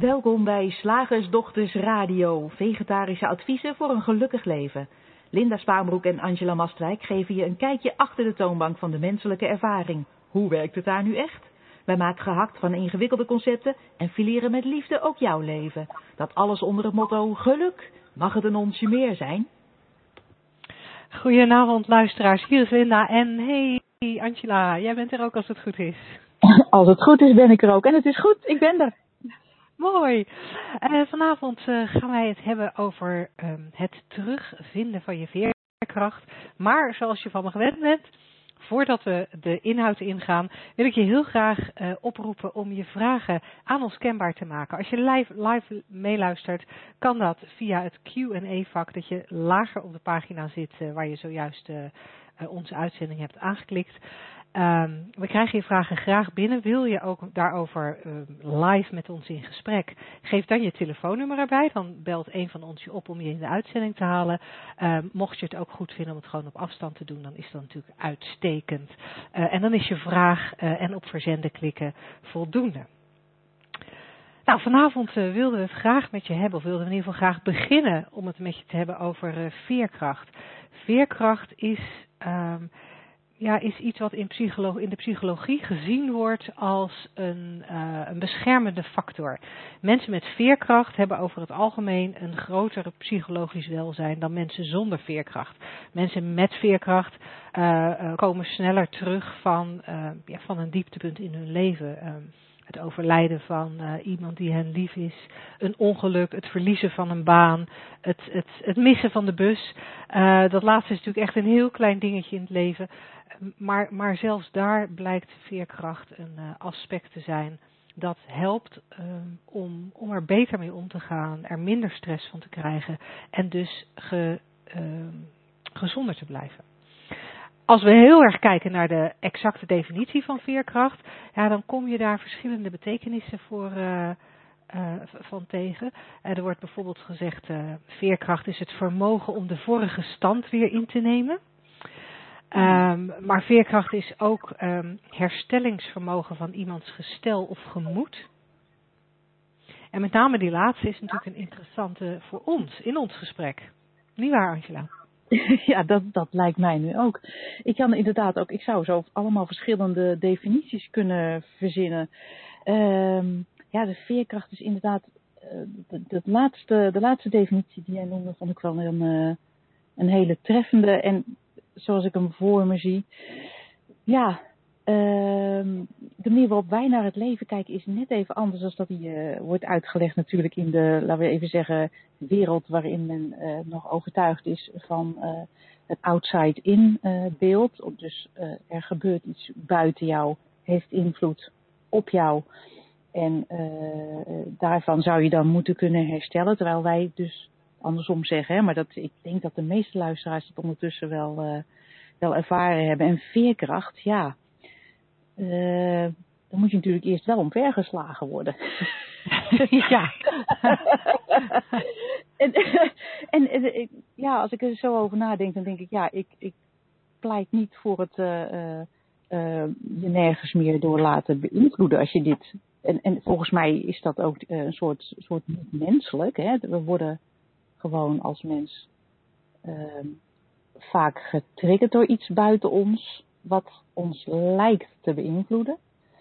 Welkom bij Slagersdochters Radio, vegetarische adviezen voor een gelukkig leven. Linda Spaanbroek en Angela Mastwijk geven je een kijkje achter de toonbank van de menselijke ervaring. Hoe werkt het daar nu echt? Wij maken gehakt van ingewikkelde concepten en fileren met liefde ook jouw leven. Dat alles onder het motto geluk. Mag het een onsje meer zijn? Goedenavond luisteraars, hier is Linda en hey Angela, jij bent er ook als het goed is. Als het goed is ben ik er ook en het is goed, ik ben er. Mooi. Vanavond gaan wij het hebben over het terugvinden van je veerkracht. Maar zoals je van me gewend bent, voordat we de inhoud ingaan, wil ik je heel graag oproepen om je vragen aan ons kenbaar te maken. Als je live meeluistert, kan dat via het Q&A-vak dat je lager op de pagina zit waar je zojuist onze uitzending hebt aangeklikt. We krijgen je vragen graag binnen. Wil je ook daarover live met ons in gesprek? Geef dan je telefoonnummer erbij. Dan belt een van ons je op om je in de uitzending te halen. Mocht je het ook goed vinden om het gewoon op afstand te doen, dan is dat natuurlijk uitstekend. En dan is je vraag en op verzenden klikken voldoende. Nou, vanavond wilden we het graag met je hebben, of wilden we in ieder geval graag beginnen om het met je te hebben over veerkracht. Veerkracht is iets wat in de psychologie gezien wordt als een beschermende factor. Mensen met veerkracht hebben over het algemeen een groter psychologisch welzijn dan mensen zonder veerkracht. Mensen met veerkracht komen sneller terug van een dieptepunt in hun leven. Het overlijden van iemand die hen lief is, een ongeluk, het verliezen van een baan, het missen van de bus. Dat laatste is natuurlijk echt een heel klein dingetje in het leven. Maar zelfs daar blijkt veerkracht een aspect te zijn dat helpt om er beter mee om te gaan, er minder stress van te krijgen en dus gezonder te blijven. Als we heel erg kijken naar de exacte definitie van veerkracht, dan kom je daar verschillende betekenissen van tegen. Er wordt bijvoorbeeld gezegd, veerkracht is het vermogen om de vorige stand weer in te nemen. Maar veerkracht is ook herstellingsvermogen van iemands gestel of gemoed. En met name die laatste is natuurlijk een interessante voor ons, in ons gesprek. Niet waar, Angela? Ja, dat lijkt mij nu ook. Ik zou zo allemaal verschillende definities kunnen verzinnen. De veerkracht is inderdaad, de laatste definitie die jij noemde, vond ik wel een hele treffende. En zoals ik hem voor me zie. Ja, de manier waarop wij naar het leven kijken is net even anders dan dat die wordt uitgelegd natuurlijk in de, laten we even zeggen, wereld waarin men nog overtuigd is van het outside-in beeld. Dus er gebeurt iets buiten jou, heeft invloed op jou. En daarvan zou je dan moeten kunnen herstellen, terwijl wij dus andersom zeggen. Hè, maar ik denk dat de meeste luisteraars het ondertussen wel ervaren hebben. En veerkracht, ja, dan moet je natuurlijk eerst wel omvergeslagen worden. Ja. en als ik er zo over nadenk, dan denk ik, ja, ik pleit niet voor het je nergens meer door laten beïnvloeden als je dit. En volgens mij is dat ook een soort niet menselijk. Hè? We worden gewoon als mens vaak getriggerd door iets buiten ons, wat ons lijkt te beïnvloeden.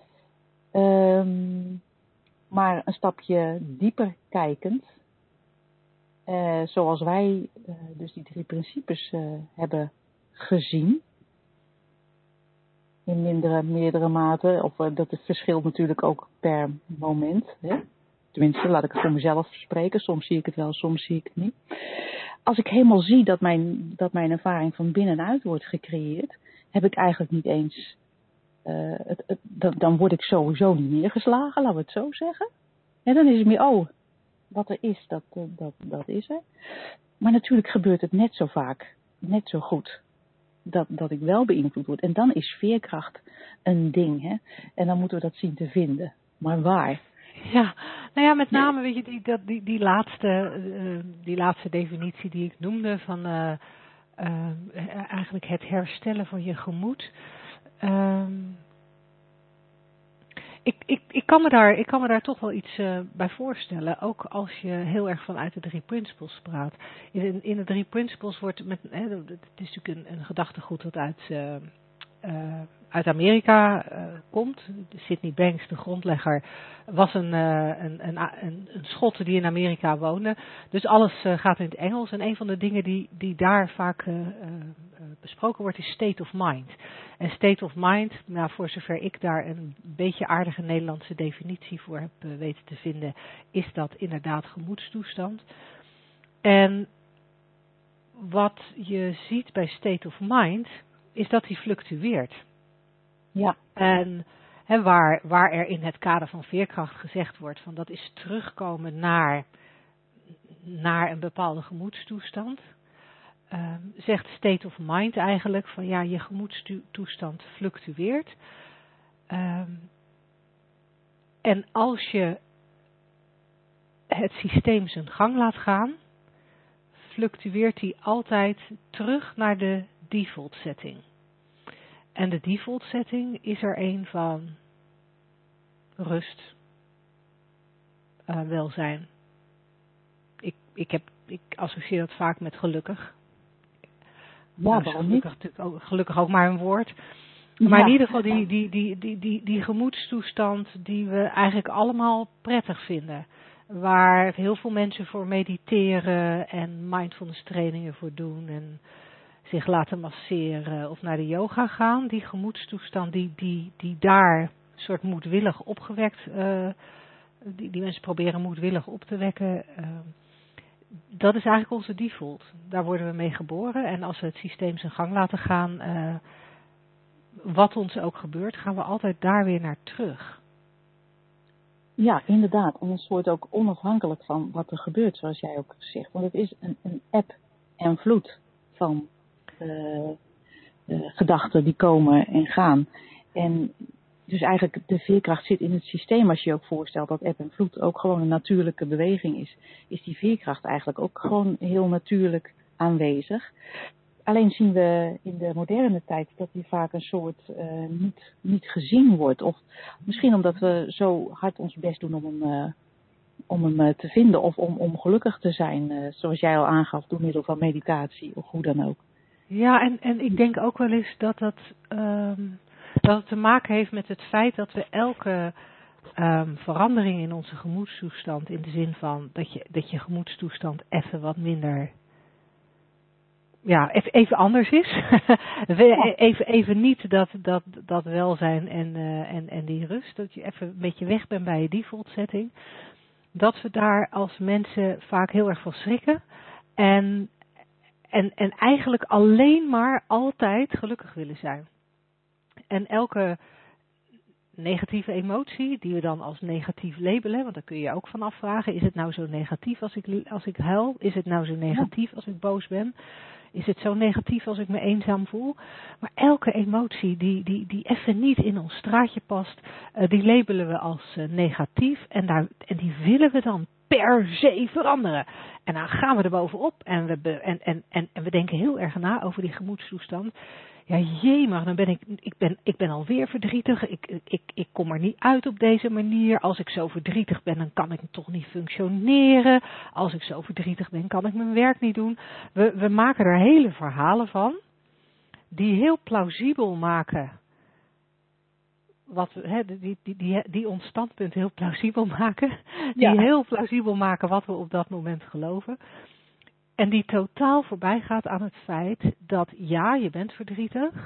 Maar een stapje dieper kijkend, zoals wij dus die 3 principes hebben gezien, in meerdere mate, of dat verschilt natuurlijk ook per moment. Hè? Tenminste, laat ik het voor mezelf spreken. Soms zie ik het wel, soms zie ik het niet. Als ik helemaal zie dat mijn ervaring van binnenuit wordt gecreëerd, heb ik eigenlijk niet eens. Dan word ik sowieso niet neergeslagen, laten we het zo zeggen. En dan is het meer, wat er is, dat is er. Maar natuurlijk gebeurt het net zo vaak, net zo goed, dat ik wel beïnvloed word. En dan is veerkracht een ding, hè. En dan moeten we dat zien te vinden. Maar waar? Ja, nou ja, met name weet je die laatste definitie die ik noemde van eigenlijk het herstellen van je gemoed. Ik kan me daar toch wel iets bij voorstellen. Ook als je heel erg vanuit de 3 principles praat. In de 3 principles wordt het is natuurlijk een gedachtegoed dat uit Amerika komt. Sydney Banks, de grondlegger, was een Schot die in Amerika woonde. Dus alles gaat in het Engels. En een van de dingen die daar vaak besproken wordt is state of mind. En state of mind, nou, voor zover ik daar een beetje aardige Nederlandse definitie voor heb weten te vinden, is dat inderdaad gemoedstoestand. En wat je ziet bij state of mind is dat die fluctueert. Ja. En waar er in het kader van veerkracht gezegd wordt van dat is terugkomen naar een bepaalde gemoedstoestand, zegt state of mind eigenlijk van ja, je gemoedstoestand fluctueert. En als je het systeem zijn gang laat gaan, fluctueert hij altijd terug naar de default setting. En de default setting is er een van rust, welzijn. Ik associeer dat vaak met gelukkig. Ja, waarom niet? Gelukkig ook maar een woord. Maar in ieder geval die gemoedstoestand die we eigenlijk allemaal prettig vinden. Waar heel veel mensen voor mediteren en mindfulness trainingen voor doen. En zich laten masseren of naar de yoga gaan. Die gemoedstoestand die daar een soort moedwillig opgewekt. Die mensen proberen moedwillig op te wekken. Dat is eigenlijk onze default. Daar worden we mee geboren. En als we het systeem zijn gang laten gaan, wat ons ook gebeurt, gaan we altijd daar weer naar terug. Ja, inderdaad. En een soort ook onafhankelijk van wat er gebeurt, zoals jij ook zegt. Want het is een eb en vloed van gedachten die komen en gaan. En dus eigenlijk de veerkracht zit in het systeem. Als je je ook voorstelt dat eb en vloed ook gewoon een natuurlijke beweging is die veerkracht eigenlijk ook gewoon heel natuurlijk aanwezig. Alleen zien we in de moderne tijd dat die vaak een soort niet gezien wordt. Of misschien omdat we zo hard ons best doen om hem te vinden of om gelukkig te zijn. Zoals jij al aangaf, door middel van meditatie of hoe dan ook. Ja, en ik denk ook wel eens dat het te maken heeft met het feit dat we elke verandering in onze gemoedstoestand, in de zin van dat je gemoedstoestand even wat minder, ja, even anders is. Even niet dat welzijn en die rust, dat je even een beetje weg bent bij je default setting. Dat we daar als mensen vaak heel erg van schrikken. En eigenlijk alleen maar altijd gelukkig willen zijn. En elke negatieve emotie, die we dan als negatief labelen, want daar kun je je ook van afvragen, is het nou zo negatief als ik huil? Is het nou zo negatief als ik boos ben? Is het zo negatief als ik me eenzaam voel? Maar elke emotie die even niet in ons straatje past, die labelen we als negatief. En die willen we dan per se veranderen. En dan gaan we er bovenop en we denken heel erg na over die gemoedstoestand. Ja, jemig, dan ik ben alweer verdrietig. Ik kom er niet uit op deze manier. Als ik zo verdrietig ben, dan kan ik toch niet functioneren. Als ik zo verdrietig ben, kan ik mijn werk niet doen. We maken er hele verhalen van, die heel plausibel maken. Die ons standpunt heel plausibel maken. Die heel plausibel maken wat we op dat moment geloven. En die totaal voorbij gaat aan het feit dat ja, je bent verdrietig.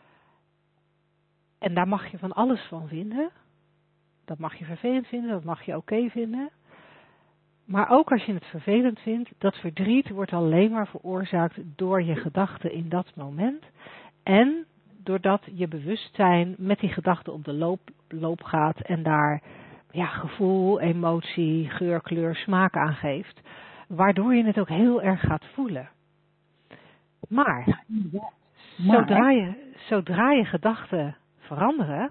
En daar mag je van alles van vinden. Dat mag je vervelend vinden, dat mag je oké vinden. Maar ook als je het vervelend vindt, dat verdriet wordt alleen maar veroorzaakt door je gedachten in dat moment. En doordat je bewustzijn met die gedachten op de loop gaat en daar gevoel, emotie, geur, kleur, smaak aan geeft. Waardoor je het ook heel erg gaat voelen. Maar, zodra je gedachten veranderen,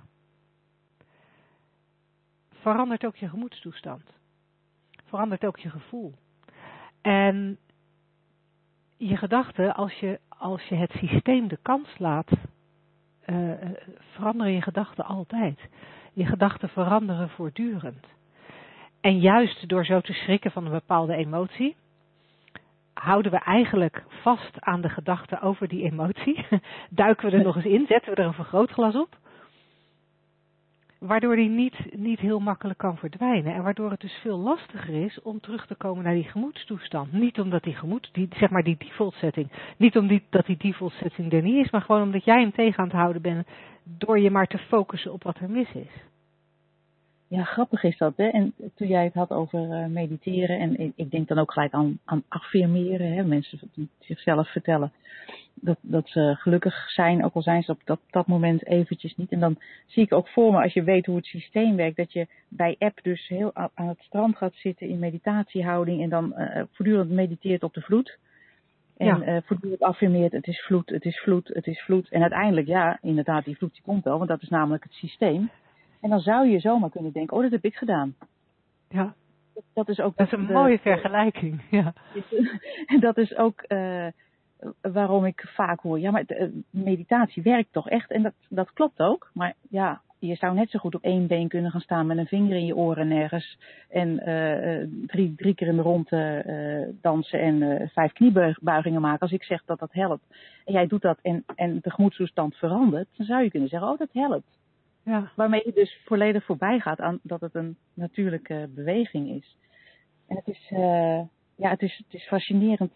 verandert ook je gemoedstoestand. Verandert ook je gevoel. En je gedachten, als je het systeem de kans laat, veranderen je gedachten altijd. Je gedachten veranderen voortdurend. En juist door zo te schrikken van een bepaalde emotie, houden we eigenlijk vast aan de gedachte over die emotie. Duiken we er nog eens in, zetten we er een vergrootglas op. Waardoor die niet heel makkelijk kan verdwijnen. En waardoor het dus veel lastiger is om terug te komen naar die gemoedstoestand. Niet omdat die default setting, niet omdat die default setting er niet is, maar gewoon omdat jij hem tegen aan het houden bent door je maar te focussen op wat er mis is. Ja, grappig is dat, hè? En toen jij het had over mediteren, en ik denk dan ook gelijk aan affirmeren, hè? Mensen die zichzelf vertellen dat ze gelukkig zijn, ook al zijn ze op dat moment eventjes niet. En dan zie ik ook voor me, als je weet hoe het systeem werkt, dat je bij app dus heel aan het strand gaat zitten in meditatiehouding en dan voortdurend mediteert op de vloed. En voortdurend affirmeert, het is vloed, het is vloed, het is vloed. En uiteindelijk, ja, inderdaad, die vloed die komt wel, want dat is namelijk het systeem. En dan zou je zomaar kunnen denken, dat heb ik gedaan. Ja. Dat is ook... Dat is een mooie vergelijking, ja. En dat is ook waarom ik vaak hoor, ja, maar meditatie werkt toch echt. En dat klopt ook. Maar ja, je zou net zo goed op één been kunnen gaan staan met een vinger in je oren nergens. En drie keer in de ronde dansen en 5 kniebuigingen maken. Als ik zeg dat dat helpt. En jij doet dat en de gemoedstoestand verandert. Dan zou je kunnen zeggen, dat helpt. Ja. Waarmee je dus volledig voorbij gaat aan dat het een natuurlijke beweging is. En het is fascinerend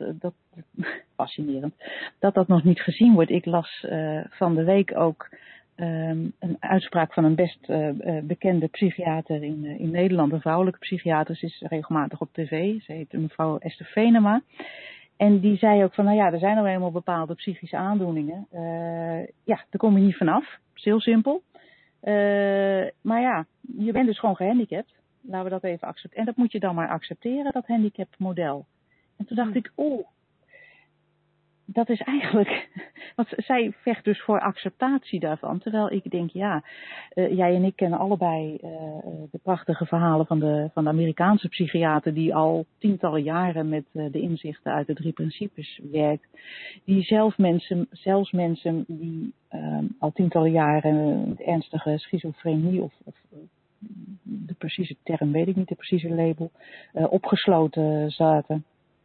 dat nog niet gezien wordt. Ik las van de week ook een uitspraak van een best bekende psychiater in Nederland. Een vrouwelijke psychiater. Ze is regelmatig op tv. Ze heet mevrouw Esther Venema. En die zei ook van, er zijn nou eenmaal bepaalde psychische aandoeningen. Daar kom je niet vanaf. Dat is heel simpel. Maar ja, je bent dus gewoon gehandicapt. Laten we dat even accepteren. En dat moet je dan maar accepteren, dat handicapmodel. En toen dacht ik, dat is eigenlijk... Want zij vecht dus voor acceptatie daarvan. Terwijl ik denk, jij en ik kennen allebei de prachtige verhalen van de Amerikaanse psychiater die al tientallen jaren met de inzichten uit de 3 principes werkt. Die zelfs mensen die al tientallen jaren met ernstige schizofrenie of de precieze term weet ik niet, de precieze label, opgesloten zaten.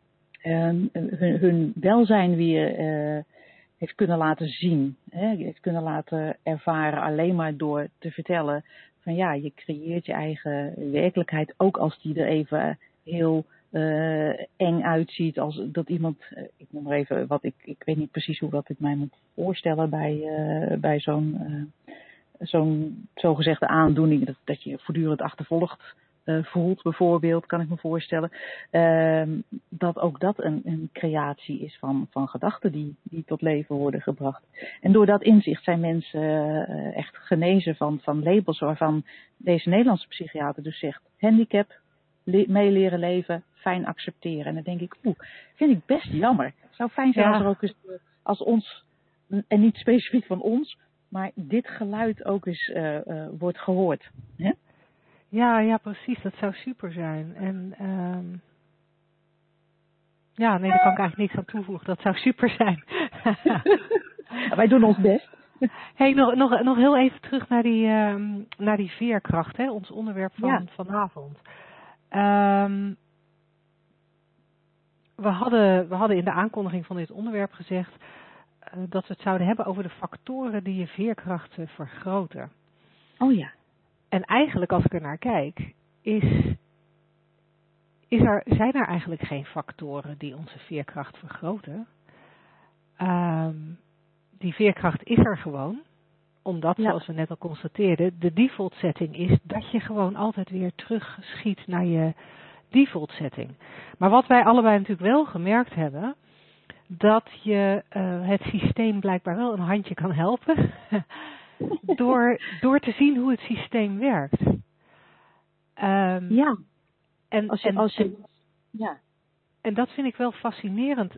Hun welzijn weer heeft kunnen laten zien. Heeft kunnen laten ervaren alleen maar door te vertellen van je creëert je eigen werkelijkheid. Ook als die er even heel eng uitziet. Als dat iemand, ik noem maar even wat ik weet niet precies hoe dat ik mij moet voorstellen bij zo'n zogezegde aandoening. Dat je voortdurend achtervolgd voelt bijvoorbeeld, kan ik me voorstellen. Dat ook dat een creatie is van gedachten die tot leven worden gebracht. En door dat inzicht zijn mensen echt genezen van labels waarvan deze Nederlandse psychiater dus zegt, handicap, mee leren leven, fijn accepteren. En dan denk ik, vind ik best jammer. Het zou fijn zijn als er ook eens als ons, en niet specifiek van ons, maar dit geluid ook eens wordt gehoord. Hè? Ja, precies. Dat zou super zijn. En daar kan ik eigenlijk niks aan toevoegen. Dat zou super zijn. Wij doen ons best. Hey, nog heel even terug naar die veerkracht, hè? Ons onderwerp van vanavond. We hadden in de aankondiging van dit onderwerp gezegd dat we het zouden hebben over de factoren die je veerkracht vergroten. Oh ja. En eigenlijk, als ik er naar kijk, zijn er eigenlijk geen factoren die onze veerkracht vergroten. Die veerkracht is er gewoon, omdat, zoals we net al constateerden, de default setting is dat je gewoon altijd weer terugschiet naar je default setting. Maar wat wij allebei natuurlijk wel gemerkt hebben, dat je het systeem blijkbaar wel een handje kan helpen door te zien hoe het systeem werkt. En dat vind ik wel fascinerend.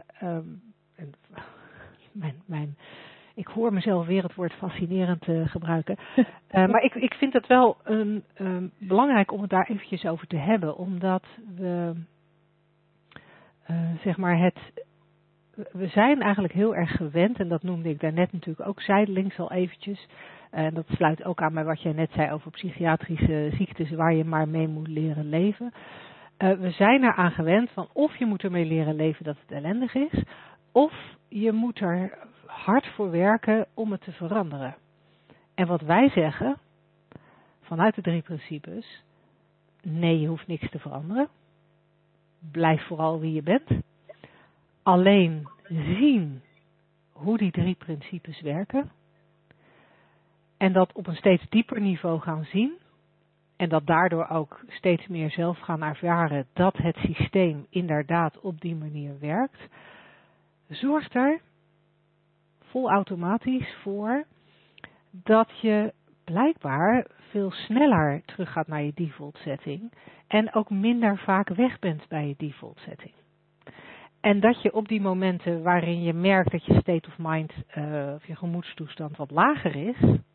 Ik hoor mezelf weer het woord fascinerend gebruiken. Maar ik vind het wel belangrijk om het daar eventjes over te hebben. Omdat we zeg maar we zijn eigenlijk heel erg gewend, en dat noemde ik daarnet natuurlijk ook zijdelings al eventjes. En dat sluit ook aan bij wat jij net zei over psychiatrische ziektes waar je maar mee moet leren leven. We zijn eraan gewend van of je moet ermee leren leven dat het ellendig is, of je moet er hard voor werken om het te veranderen. En wat wij zeggen, vanuit de 3 principes, nee, je hoeft niks te veranderen. Blijf vooral wie je bent. Alleen zien hoe die 3 principes werken. En dat op een steeds dieper niveau gaan zien. En dat daardoor ook steeds meer zelf gaan ervaren dat het systeem inderdaad op die manier werkt. Zorgt er volautomatisch voor dat je blijkbaar veel sneller teruggaat naar je default setting. En ook minder vaak weg bent bij je default setting. En dat je op die momenten waarin je merkt dat je state of mind of je gemoedstoestand wat lager is.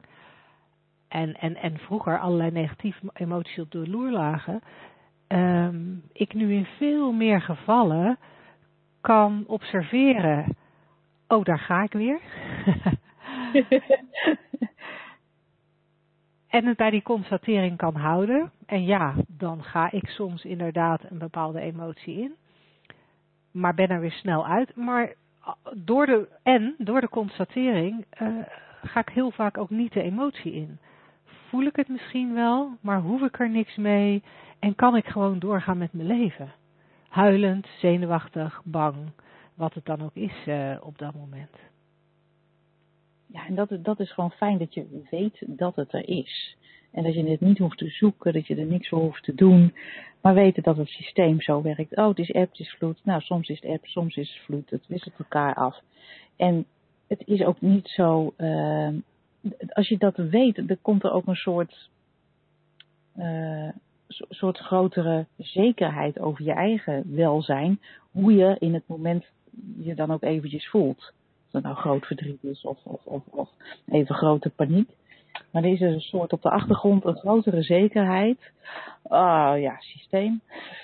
En vroeger allerlei negatieve emoties op de loer lagen. Ik nu in veel meer gevallen kan observeren. Oh, daar ga ik weer. En het bij die constatering kan houden. En ja, dan ga ik soms inderdaad een bepaalde emotie in. Maar ben er weer snel uit. Maar door de constatering ga ik heel vaak ook niet de emotie in. Voel ik het misschien wel, maar hoef ik er niks mee. En kan ik gewoon doorgaan met mijn leven. Huilend, zenuwachtig, bang. Wat het dan ook is op dat moment. Ja, en dat is gewoon fijn dat je weet dat het er is. En dat je het niet hoeft te zoeken, dat je er niks voor hoeft te doen. Maar weten dat het systeem zo werkt. Oh, het is eb, het is vloed. Nou, soms is het eb, soms is het vloed. Het wisselt elkaar af. En het is ook niet zo... als je dat weet, dan komt er ook een soort grotere zekerheid over je eigen welzijn. Hoe je in het moment je dan ook eventjes voelt. Of het nou groot verdriet is of even grote paniek. Maar er is een soort op de achtergrond een grotere zekerheid. Ja, systeem.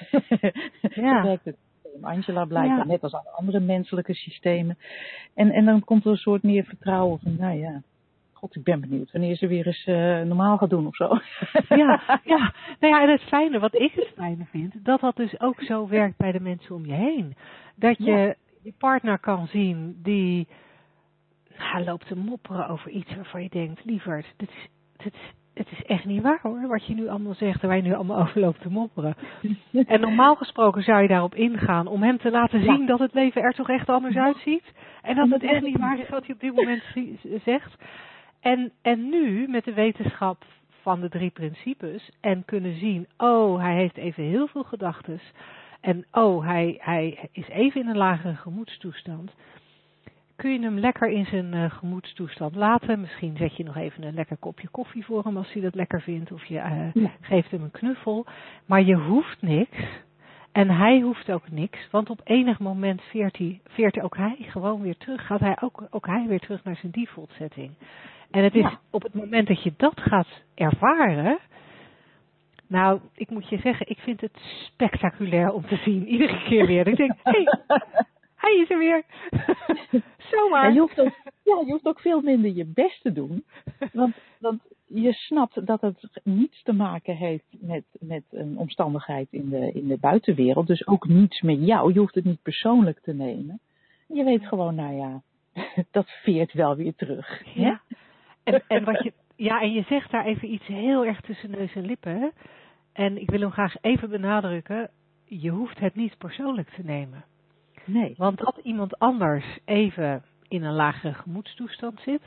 Ja. Dat werkt het systeem. Angela blijkt net als alle andere menselijke systemen. En dan komt er een soort meer vertrouwen van, nou ja, god, ik ben benieuwd wanneer ze weer eens normaal gaat doen of zo. Ja. Nou ja, en het fijne, wat ik het fijne vind, dat dus ook zo werkt bij de mensen om je heen. Dat je je partner kan zien die loopt te mopperen over iets waarvan je denkt, lieverd, het is echt niet waar hoor, wat je nu allemaal zegt en waar je nu allemaal over loopt te mopperen. En normaal gesproken zou je daarop ingaan om hem te laten zien dat het leven er toch echt anders uitziet. En dat het echt niet waar is wat hij op dit moment zegt. En nu met de wetenschap van de 3 principes en kunnen zien, oh, hij heeft even heel veel gedachtes. En oh, hij is even in een lagere gemoedstoestand. Kun je hem lekker in zijn gemoedstoestand laten. Misschien zet je nog even een lekker kopje koffie voor hem als hij dat lekker vindt. Of je geeft hem een knuffel. Maar je hoeft niks. En hij hoeft ook niks. Want op enig moment veert ook hij gewoon weer terug. Gaat hij ook hij weer terug naar zijn default setting. En het is op het moment dat je dat gaat ervaren. Nou, ik moet je zeggen, ik vind het spectaculair om te zien. Iedere keer weer. Ik denk, hij is er weer. Zomaar. Ja, je hoeft ook veel minder je best te doen. Want je snapt dat het niets te maken heeft met een omstandigheid in de buitenwereld. Dus ook niets met jou. Je hoeft het niet persoonlijk te nemen. Je weet gewoon, nou ja, dat veert wel weer terug. Ja. En wat je... Ja, en je zegt daar even iets heel erg tussen neus en lippen. Hè? En ik wil hem graag even benadrukken. Je hoeft het niet persoonlijk te nemen. Nee. Want dat iemand anders even in een lagere gemoedstoestand zit,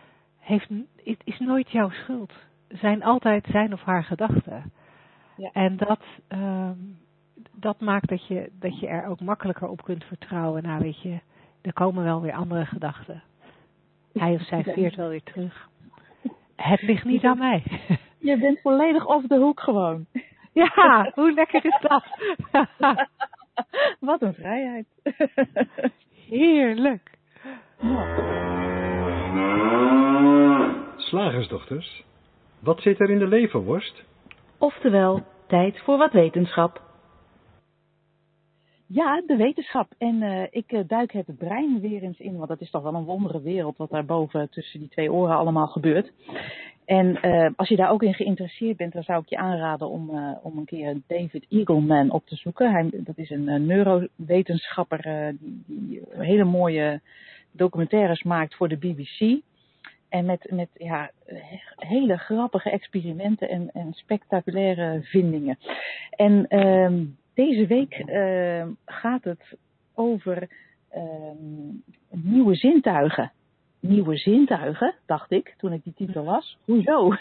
is nooit jouw schuld. Zijn altijd zijn of haar gedachten. Ja. En dat maakt dat je er ook makkelijker op kunt vertrouwen. Nou weet je, er komen wel weer andere gedachten. Hij of zij veert wel weer terug. Het ligt niet aan mij. Je bent volledig off de hoek gewoon. Ja, hoe lekker is dat? Wat een vrijheid. Heerlijk. Slagersdochters, wat zit er in de leverworst? Oftewel, tijd voor wat wetenschap. Ja, de wetenschap. En ik duik het brein weer eens in, want het is toch wel een wondere wereld wat daarboven tussen die twee oren allemaal gebeurt. En als je daar ook in geïnteresseerd bent, dan zou ik je aanraden om een keer David Eagleman op te zoeken. Dat is een neurowetenschapper die hele mooie documentaires maakt voor de BBC. En met hele grappige experimenten en spectaculaire vindingen. En deze week gaat het over nieuwe zintuigen. Nieuwe zintuigen, dacht ik, toen ik die titel las. Hoezo?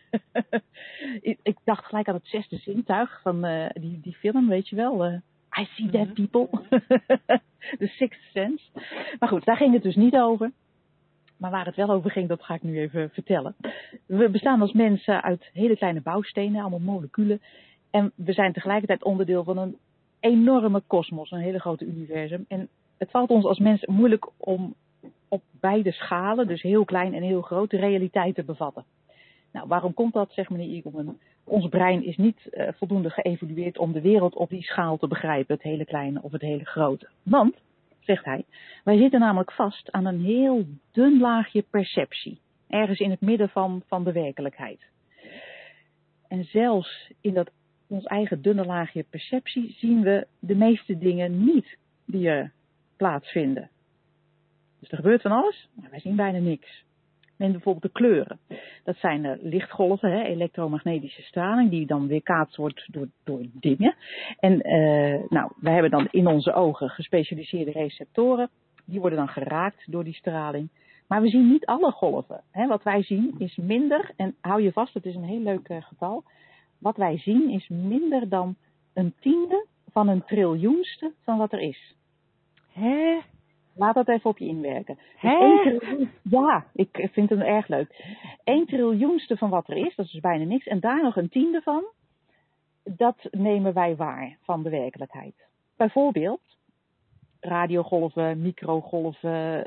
Ik dacht gelijk aan het zesde zintuig van die film, weet je wel. I see dead people. The Sixth Sense. Maar goed, daar ging het dus niet over. Maar waar het wel over ging, dat ga ik nu even vertellen. We bestaan als mensen uit hele kleine bouwstenen, allemaal moleculen. En we zijn tegelijkertijd onderdeel van een enorme kosmos, een hele grote universum. En het valt ons als mensen moeilijk om op beide schalen, dus heel klein en heel groot, de realiteit te bevatten. Nou, waarom komt dat, zegt meneer Eagleman? Ons brein is niet voldoende geëvolueerd om de wereld op die schaal te begrijpen, het hele kleine of het hele grote. Want, zegt hij, wij zitten namelijk vast aan een heel dun laagje perceptie. Ergens in het midden van de werkelijkheid. En zelfs in dat ons eigen dunne laagje perceptie zien we de meeste dingen niet die er plaatsvinden. Dus er gebeurt van alles, maar wij zien bijna niks. Neem bijvoorbeeld de kleuren. Dat zijn lichtgolven, elektromagnetische straling, die dan weerkaatst wordt door dingen. En wij hebben dan in onze ogen gespecialiseerde receptoren. Die worden dan geraakt door die straling. Maar we zien niet alle golven. Wat wij zien is minder, en hou je vast, het is een heel leuk getal. Wat wij zien is minder dan 1/10 van 1/1000ste van wat er is. Hè? Laat dat even op je inwerken. Dus ja, ik vind het erg leuk. 1/1000ste van wat er is, dat is dus bijna niks. En daar nog 1/10 van, dat nemen wij waar van de werkelijkheid. Bijvoorbeeld radiogolven, microgolven,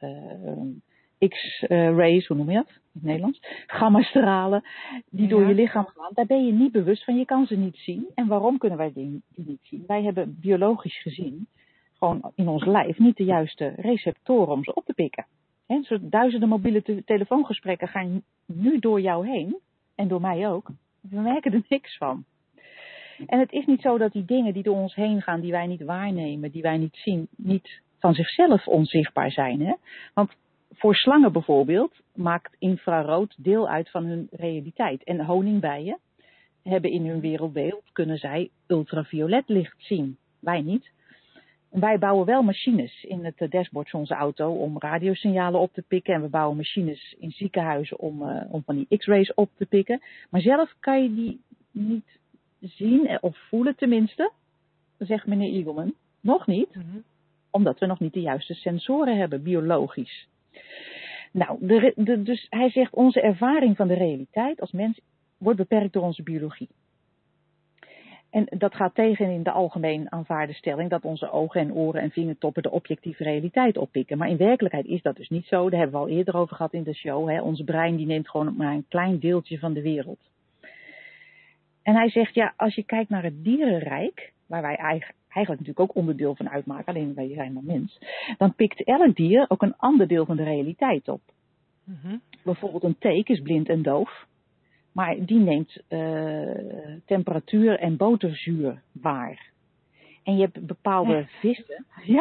X-rays, hoe noem je dat in het Nederlands? Gammastralen, die door je lichaam gaan. Daar ben je niet bewust van, je kan ze niet zien. En waarom kunnen wij die niet zien? Wij hebben biologisch gezien gewoon in ons lijf niet de juiste receptoren om ze op te pikken. Zo duizenden mobiele telefoongesprekken gaan nu door jou heen, en door mij ook. We merken er niks van. En het is niet zo dat die dingen die door ons heen gaan, die wij niet waarnemen, die wij niet zien, niet van zichzelf onzichtbaar zijn. Hè? Want voor slangen bijvoorbeeld maakt infrarood deel uit van hun realiteit. En honingbijen hebben in hun wereldbeeld, kunnen zij ultraviolet licht zien. Wij niet. Wij bouwen wel machines in het dashboard van onze auto om radiosignalen op te pikken. En we bouwen machines in ziekenhuizen om van die X-rays op te pikken. Maar zelf kan je die niet zien of voelen tenminste, zegt meneer Eagleman. Nog niet, omdat we nog niet de juiste sensoren hebben, biologisch. Nou, dus hij zegt onze ervaring van de realiteit als mens wordt beperkt door onze biologie. En dat gaat tegen in de algemeen aanvaarde stelling dat onze ogen en oren en vingertoppen de objectieve realiteit oppikken. Maar in werkelijkheid is dat dus niet zo. Daar hebben we al eerder over gehad in de show. Hè. Ons brein die neemt gewoon maar een klein deeltje van de wereld. En hij zegt, ja, als je kijkt naar het dierenrijk, waar wij eigenlijk natuurlijk ook onderdeel van uitmaken, alleen wij zijn maar mens, dan pikt elk dier ook een ander deel van de realiteit op. Bijvoorbeeld een teek is blind en doof. Maar die neemt temperatuur en boterzuur waar. En je hebt bepaalde vissen,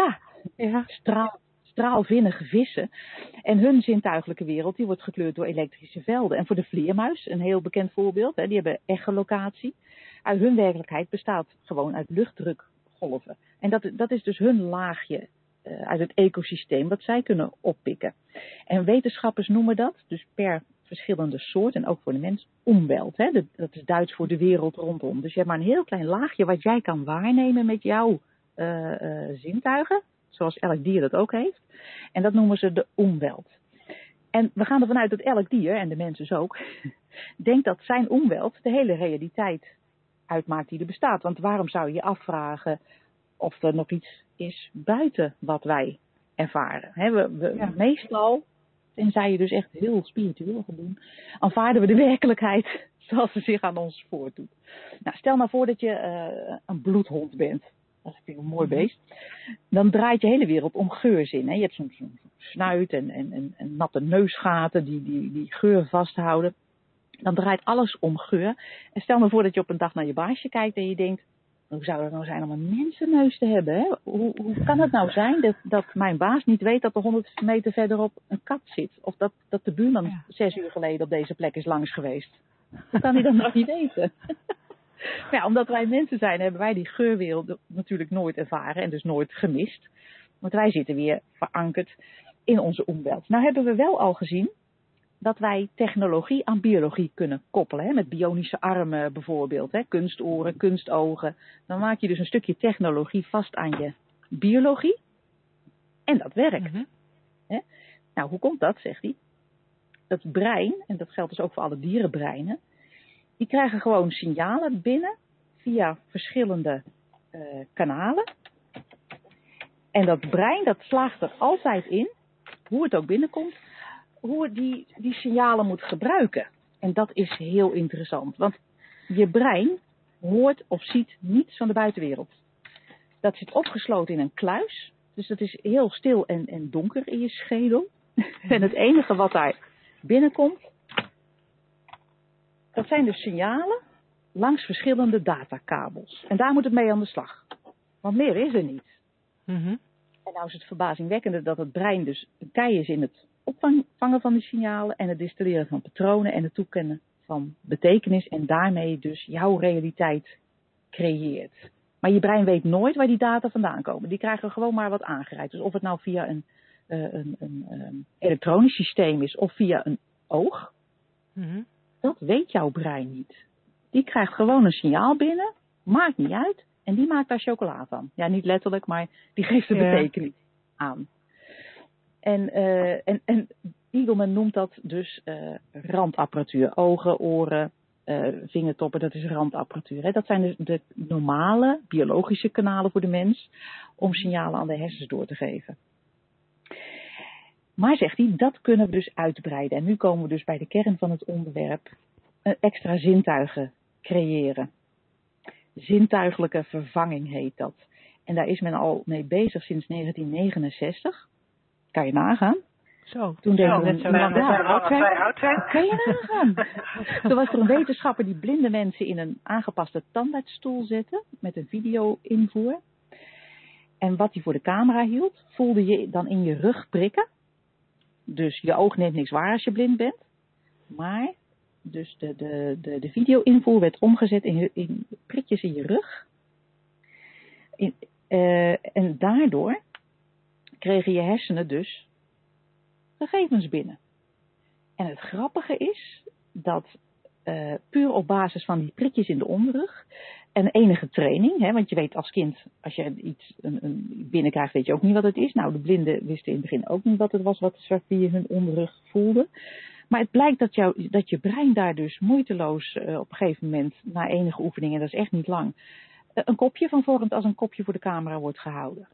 straalvinnige vissen. En hun zintuigelijke wereld die wordt gekleurd door elektrische velden. En voor de vleermuis, een heel bekend voorbeeld, die hebben echolocatie. Uit hun werkelijkheid bestaat gewoon uit luchtdrukgolven. En dat is dus hun laagje uit het ecosysteem wat zij kunnen oppikken. En wetenschappers noemen dat, dus per verschillende soorten en ook voor de mens, omwelt. Hè? Dat is Duits voor de wereld rondom. Dus je hebt maar een heel klein laagje wat jij kan waarnemen met jouw zintuigen, zoals elk dier dat ook heeft. En dat noemen ze de omwelt. En we gaan ervan uit dat elk dier, en de mens dus ook, denkt dat zijn omwelt de hele realiteit uitmaakt die er bestaat. Want waarom zou je je afvragen of er nog iets is buiten wat wij ervaren? Meestal, tenzij je dus echt heel spiritueel gaat doen, aanvaarden we de werkelijkheid zoals ze zich aan ons voordoet. Nou, stel nou voor dat je een bloedhond bent. dat vind ik een mooi beest, dan draait je hele wereld om geurzin. Hè? Je hebt zo'n snuit en natte neusgaten die geur vasthouden. Dan draait alles om geur. En stel nou voor dat je op een dag naar je baasje kijkt en je denkt, hoe zou het nou zijn om een mensenneus te hebben? Hè? Hoe kan het nou zijn dat mijn baas niet weet dat er 100 meter verderop een kat zit? Of dat de buurman 6 uur geleden op deze plek is langs geweest? Hoe kan hij dat nog niet weten? Maar ja, omdat wij mensen zijn, hebben wij die geurwereld natuurlijk nooit ervaren en dus nooit gemist. Want wij zitten weer verankerd in onze omweld. Nou hebben we wel al gezien dat wij technologie aan biologie kunnen koppelen. Hè? Met bionische armen bijvoorbeeld, hè? Kunstoren, kunstogen. Dan maak je dus een stukje technologie vast aan je biologie. En dat werkt. Hè? Nou, hoe komt dat, zegt hij? Dat brein, en dat geldt dus ook voor alle dierenbreinen, die krijgen gewoon signalen binnen via verschillende kanalen. En dat brein, dat slaagt er altijd in, hoe het ook binnenkomt, hoe het die signalen moet gebruiken. En dat is heel interessant, want je brein hoort of ziet niets van de buitenwereld. Dat zit opgesloten in een kluis, dus dat is heel stil en donker in je schedel. En het enige wat daar binnenkomt, dat zijn dus signalen langs verschillende datakabels. En daar moet het mee aan de slag. Want meer is er niet. En nou is het verbazingwekkende dat het brein dus een kei is in het opvangen van die signalen en het distilleren van patronen en het toekennen van betekenis en daarmee dus jouw realiteit creëert. Maar je brein weet nooit waar die data vandaan komen. Die krijgen gewoon maar wat aangereikt. Dus of het nou via een elektronisch systeem is of via een oog, dat weet jouw brein niet. Die krijgt gewoon een signaal binnen, maakt niet uit, en die maakt daar chocola van. Ja, niet letterlijk, maar die geeft de betekenis aan. En Eagleman noemt dat dus randapparatuur. Ogen, oren, vingertoppen, dat is randapparatuur. Hè. Dat zijn dus de normale biologische kanalen voor de mens om signalen aan de hersens door te geven. Maar, zegt hij, dat kunnen we dus uitbreiden. En nu komen we dus bij de kern van het onderwerp. Extra zintuigen creëren. Zintuigelijke vervanging heet dat. En daar is men al mee bezig sinds 1969. Kan je nagaan? Zo, toen net zo lang dat wij oud zijn. Kan je nagaan? Toen was er een wetenschapper die blinde mensen in een aangepaste tandartsstoel zette. Met een video-invoer. En wat hij voor de camera hield, voelde je dan in je rug prikken. Dus je oog neemt niks waar als je blind bent. Maar dus de video-invoer werd omgezet in prikjes in je rug. En daardoor kregen je hersenen dus gegevens binnen. En het grappige is dat puur op basis van die prikjes in de onderrug en enige training, hè, want je weet als kind, als je iets binnenkrijgt, weet je ook niet wat het is. Nou, de blinden wisten in het begin ook niet wat het was, wat via hun onderrug voelde. Maar het blijkt dat je brein daar dus moeiteloos op een gegeven moment, na enige oefening, en dat is echt niet lang, een kopje van vormt als een kopje voor de camera wordt gehouden.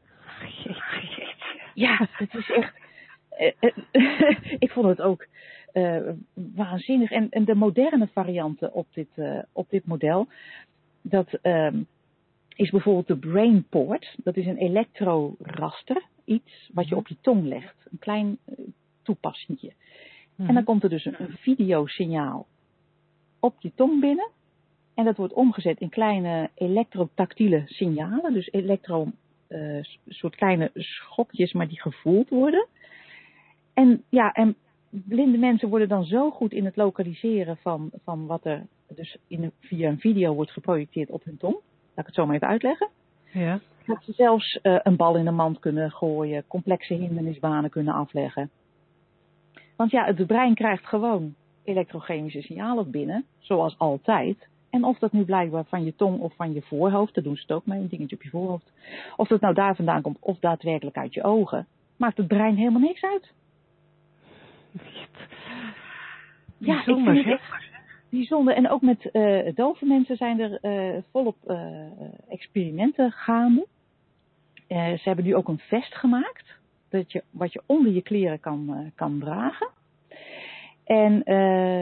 Ja, het is echt. Ik vond het ook waanzinnig. En de moderne varianten op dit model, dat is bijvoorbeeld de BrainPort. Dat is een elektroraster, iets wat je op je tong legt. Een klein toepassingje. En dan komt er dus een videosignaal op je tong binnen. En dat wordt omgezet in kleine elektrotactiele signalen. Dus soort kleine schokjes, maar die gevoeld worden. En blinde mensen worden dan zo goed in het lokaliseren van wat er dus via een video wordt geprojecteerd op hun tong. Laat ik het zo maar even uitleggen. Ja. Dat ze zelfs een bal in de mand kunnen gooien, complexe hindernisbanen kunnen afleggen. Want ja, het brein krijgt gewoon elektrochemische signalen binnen, zoals altijd. En of dat nu blijkbaar van je tong of van je voorhoofd, dat doen ze het ook mee, een dingetje op je voorhoofd. Of dat nou daar vandaan komt of daadwerkelijk uit je ogen, maakt het brein helemaal niks uit. Ja, ik vind het echt bijzonder. En ook met dove mensen zijn er volop experimenten gaande. Ze hebben nu ook een vest gemaakt, wat je onder je kleren kan dragen. En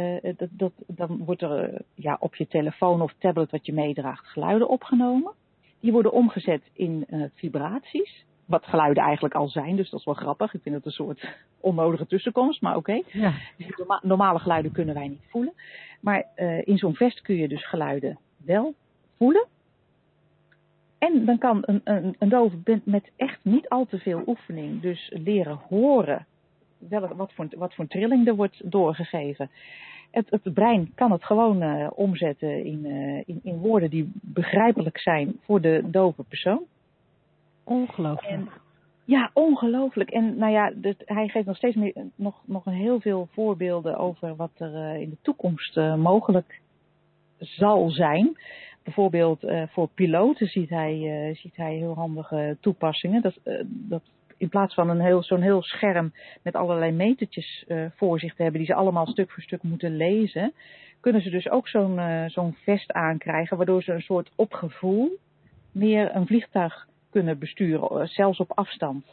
dan wordt er op je telefoon of tablet wat je meedraagt geluiden opgenomen. Die worden omgezet in vibraties. Wat geluiden eigenlijk al zijn, dus dat is wel grappig. Ik vind het een soort onnodige tussenkomst, maar oké. Ja. Normale geluiden kunnen wij niet voelen. Maar in zo'n vest kun je dus geluiden wel voelen. En dan kan een dove met echt niet al te veel oefening dus leren horen wat voor trilling er wordt doorgegeven. Het brein kan het gewoon omzetten in woorden die begrijpelijk zijn voor de dove persoon. Ongelooflijk. Ja, ongelooflijk. En nou ja, hij geeft nog steeds meer, nog een heel veel voorbeelden over wat er in de toekomst mogelijk zal zijn. Bijvoorbeeld voor piloten ziet hij heel handige toepassingen. Dat in plaats van zo'n heel scherm met allerlei metertjes voor zich te hebben die ze allemaal stuk voor stuk moeten lezen, kunnen ze dus ook zo'n vest aankrijgen, waardoor ze een soort op gevoel meer een vliegtuig kunnen besturen, zelfs op afstand.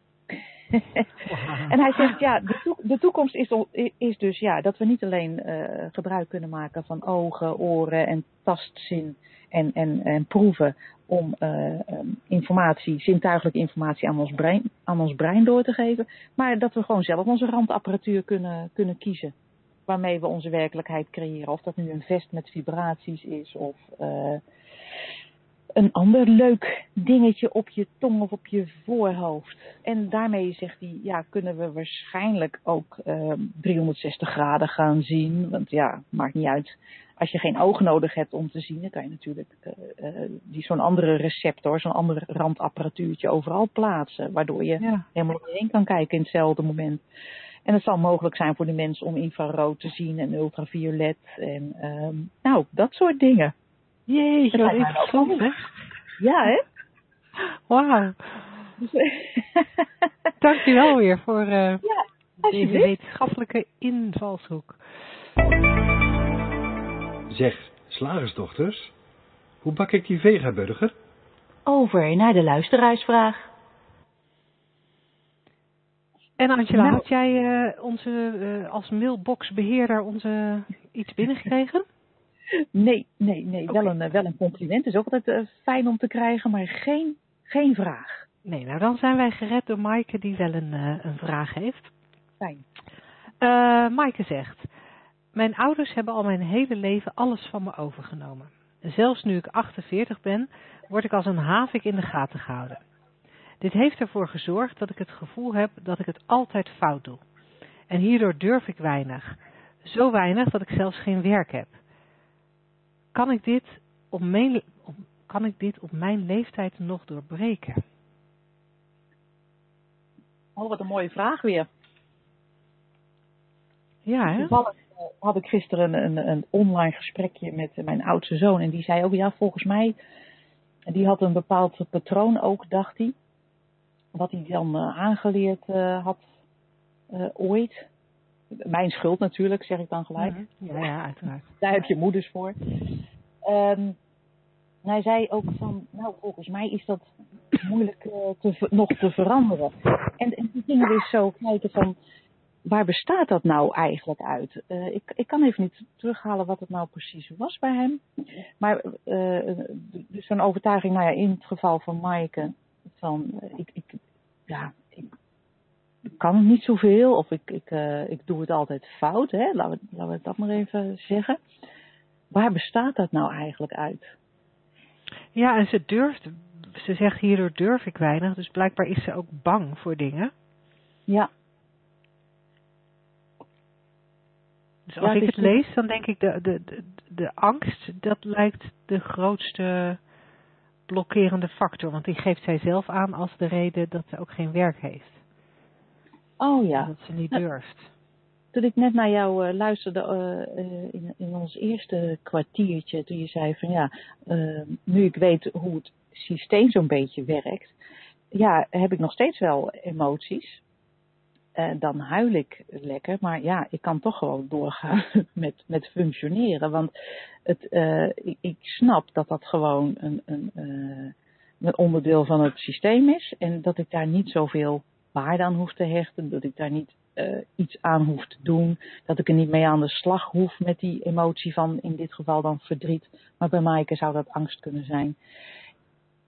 En hij zegt, ja, de toekomst is dus ja, dat we niet alleen gebruik kunnen maken van ogen, oren en tastzin en proeven om zintuigelijke informatie aan ons brein door te geven, maar dat we gewoon zelf onze randapparatuur kunnen kiezen waarmee we onze werkelijkheid creëren. Of dat nu een vest met vibraties is of een ander leuk dingetje op je tong of op je voorhoofd. En daarmee, zegt hij, ja, kunnen we waarschijnlijk ook 360 graden gaan zien. Want ja, maakt niet uit. Als je geen ogen nodig hebt om te zien, dan kan je natuurlijk zo'n andere receptor, zo'n ander randapparatuurtje overal plaatsen. Waardoor je helemaal heen kan kijken in hetzelfde moment. En het zal mogelijk zijn voor de mensen om infrarood te zien en ultraviolet en dat soort dingen. Jeetje, wat interessant, hè? Ja, hè? Wauw. Dankjewel weer voor deze wetenschappelijke invalshoek. Zeg, slagersdochters, hoe bak ik die vegaburger? Over naar de luisteraarsvraag. En Angela, had jij als mailboxbeheerder iets binnengekregen? Nee. Okay. Wel een compliment. Het is ook altijd fijn om te krijgen, maar geen vraag. Nee, nou dan zijn wij gered door Maaike die wel een vraag heeft. Fijn. Maaike zegt: mijn ouders hebben al mijn hele leven alles van me overgenomen. Zelfs nu ik 48 ben, word ik als een havik in de gaten gehouden. Dit heeft ervoor gezorgd dat ik het gevoel heb dat ik het altijd fout doe. En hierdoor durf ik weinig. Zo weinig dat ik zelfs geen werk heb. Kan ik dit op mijn leeftijd nog doorbreken? Oh, wat een mooie vraag weer. Ja, hè? Toevallig had ik gisteren een online gesprekje met mijn oudste zoon. En die zei ook, ja, volgens mij, die had een bepaald patroon ook, dacht hij. Wat hij dan aangeleerd had ooit. Mijn schuld natuurlijk, zeg ik dan gelijk. Ja, uiteraard. Daar heb je moeders voor. Hij zei ook van, nou, volgens mij is dat moeilijk nog te veranderen. En toen gingen we eens zo kijken van, waar bestaat dat nou eigenlijk uit? Ik kan even niet terughalen wat het nou precies was bij hem. Maar dus zo'n overtuiging, nou ja, in het geval van Maaike, van ik kan het niet zoveel of ik doe het altijd fout. Hè? Laten we dat maar even zeggen. Waar bestaat dat nou eigenlijk uit? Ja, en ze zegt hierdoor durf ik weinig, dus blijkbaar is ze ook bang voor dingen. Ja. Dus als ik het lees, dan denk ik de angst, dat lijkt de grootste blokkerende factor. Want die geeft zij zelf aan als de reden dat ze ook geen werk heeft. Oh ja. Dat ze niet durft. Toen ik net naar jou luisterde in ons eerste kwartiertje, toen je zei van ja, nu ik weet hoe het systeem zo'n beetje werkt, ja, heb ik nog steeds wel emoties. Dan huil ik lekker, maar ja, ik kan toch gewoon doorgaan met functioneren. Want ik snap dat dat gewoon een onderdeel van het systeem is en dat ik daar niet zoveel waarde aan hoef te hechten, dat ik daar niet iets aan hoef te doen, dat ik er niet mee aan de slag hoef met die emotie van, in dit geval dan verdriet, maar bij Maaike zou dat angst kunnen zijn.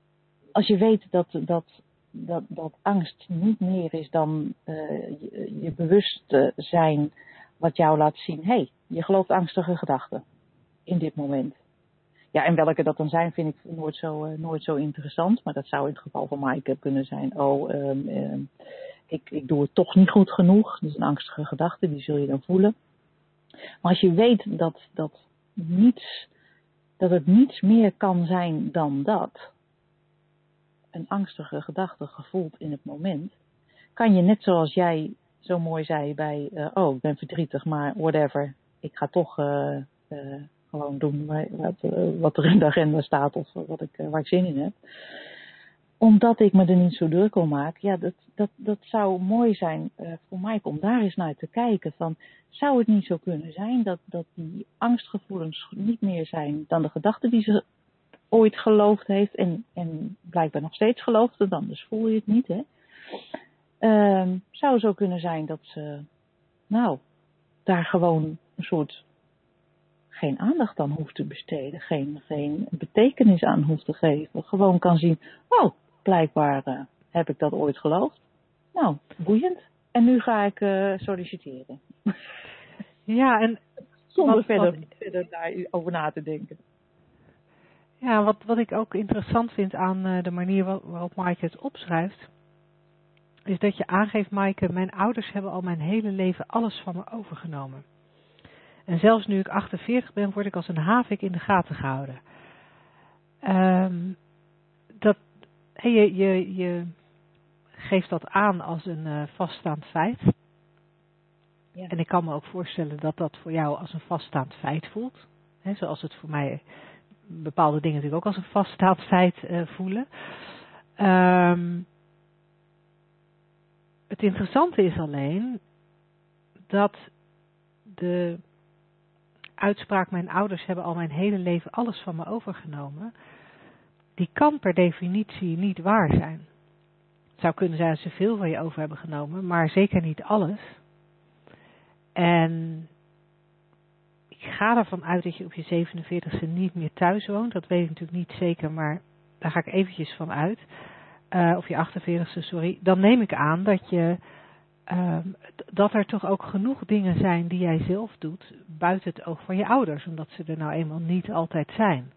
als je weet dat angst niet meer is dan je bewustzijn wat jou laat zien. Hé, je gelooft angstige gedachten in dit moment. Ja, en welke dat dan zijn vind ik nooit zo interessant. Maar dat zou in het geval van Maaike kunnen zijn. Ik doe het toch niet goed genoeg. Dat is een angstige gedachte, die zul je dan voelen. Maar als je weet dat het niets meer kan zijn dan dat, een angstige gedachte gevoeld in het moment, kan je net zoals jij zo mooi zei bij, ik ben verdrietig, maar whatever, ik ga toch gewoon doen wat er in de agenda staat of waar ik zin in heb. Omdat ik me er niet zo druk om maak, ja, dat zou mooi zijn voor mij om daar eens naar te kijken. Van, zou het niet zo kunnen zijn dat die angstgevoelens niet meer zijn dan de gedachten die ze ooit geloofd heeft en blijkbaar nog steeds geloofde, dan dus voel je het niet, hè? Zou zo kunnen zijn dat ze, daar gewoon een soort geen aandacht aan hoeft te besteden, geen betekenis aan hoeft te geven. Gewoon kan zien, blijkbaar heb ik dat ooit geloofd. Nou, boeiend. En nu ga ik solliciteren. Ja, en zonder verder daarover na te denken. Ja, wat ik ook interessant vind aan de manier waarop Maaike het opschrijft, is dat je aangeeft, Maaike, mijn ouders hebben al mijn hele leven alles van me overgenomen. En zelfs nu ik 48 ben, word ik als een havik in de gaten gehouden. Je geeft dat aan als een vaststaand feit. Ja. En ik kan me ook voorstellen dat dat voor jou als een vaststaand feit voelt. Hè, zoals het voor mij bepaalde dingen natuurlijk ook als een vaststaand feit voelen. Het interessante is alleen dat de uitspraak, mijn ouders hebben al mijn hele leven alles van me overgenomen, die kan per definitie niet waar zijn. Het zou kunnen zijn dat ze veel van je over hebben genomen, maar zeker niet alles. En ik ga ervan uit dat je op je 47e niet meer thuis woont. Dat weet ik natuurlijk niet zeker, maar daar ga ik eventjes van uit. Of je 48e, sorry. Dan neem ik aan dat er toch ook genoeg dingen zijn die jij zelf doet buiten het oog van je ouders, omdat ze er nou eenmaal niet altijd zijn.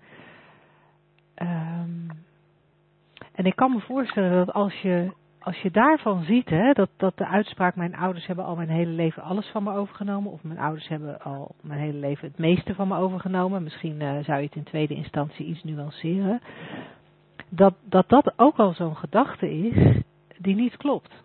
En ik kan me voorstellen dat als je daarvan ziet, hè, dat de uitspraak, mijn ouders hebben al mijn hele leven alles van me overgenomen, of mijn ouders hebben al mijn hele leven het meeste van me overgenomen, misschien zou je het in tweede instantie iets nuanceren, dat ook al zo'n gedachte is die niet klopt.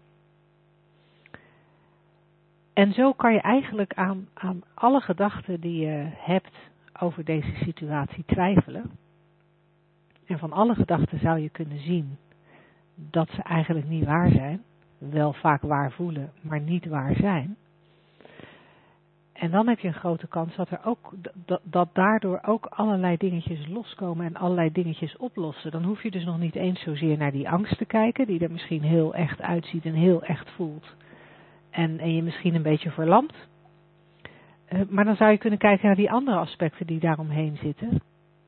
En zo kan je eigenlijk aan alle gedachten die je hebt over deze situatie twijfelen. En van alle gedachten zou je kunnen zien dat ze eigenlijk niet waar zijn. Wel vaak waar voelen, maar niet waar zijn. En dan heb je een grote kans dat daardoor ook allerlei dingetjes loskomen en allerlei dingetjes oplossen. Dan hoef je dus nog niet eens zozeer naar die angst te kijken, die er misschien heel echt uitziet en heel echt voelt. En je misschien een beetje verlamt. Maar dan zou je kunnen kijken naar die andere aspecten die daaromheen zitten.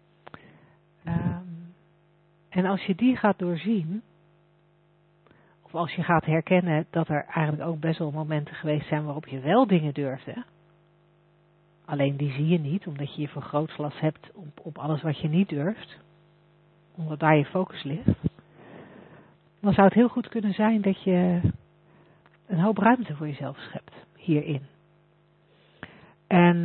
En als je die gaat doorzien, of als je gaat herkennen dat er eigenlijk ook best wel momenten geweest zijn waarop je wel dingen durfde. Alleen die zie je niet, omdat je je vergrootglas hebt op alles wat je niet durft. Omdat daar je focus ligt. Dan zou het heel goed kunnen zijn dat je een hoop ruimte voor jezelf schept hierin. En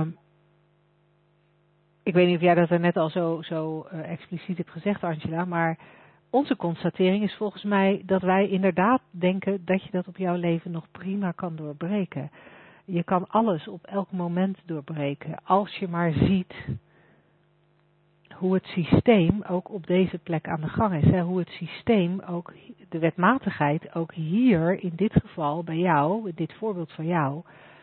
ik weet niet of jij dat er net al zo expliciet hebt gezegd, Angela, maar onze constatering is volgens mij dat wij inderdaad denken dat je dat op jouw leven nog prima kan doorbreken. Je kan alles op elk moment doorbreken, als je maar ziet hoe het systeem ook op deze plek aan de gang is. Hè? Hoe het systeem, ook de wetmatigheid, ook hier in dit geval bij jou, dit voorbeeld van jou,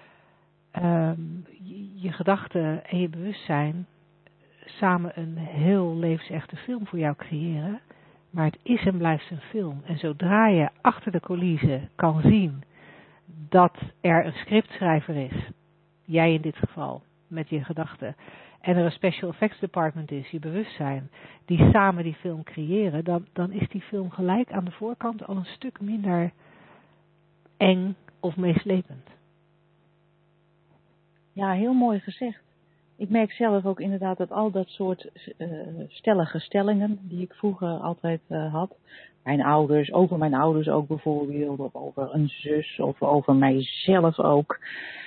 je gedachten en je bewustzijn samen een heel levensechte film voor jou creëren. Maar het is en blijft een film. En zodra je achter de coulissen kan zien dat er een scriptschrijver is, jij in dit geval, met je gedachten, en er een special effects department is, je bewustzijn, die samen die film creëren, dan is die film gelijk aan de voorkant al een stuk minder eng of meeslepend. Ja, heel mooi gezegd. Ik merk zelf ook inderdaad dat al dat soort stellige stellingen die ik vroeger altijd had, over mijn ouders ook bijvoorbeeld, of over een zus, of over mijzelf ook,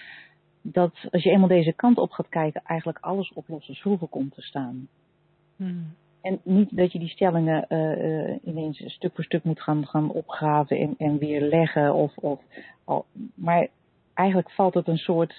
dat als je eenmaal deze kant op gaat kijken, eigenlijk alles op losse schroeven komt te staan. En niet dat je die stellingen ineens stuk voor stuk moet gaan opgraven en weer leggen, maar eigenlijk valt het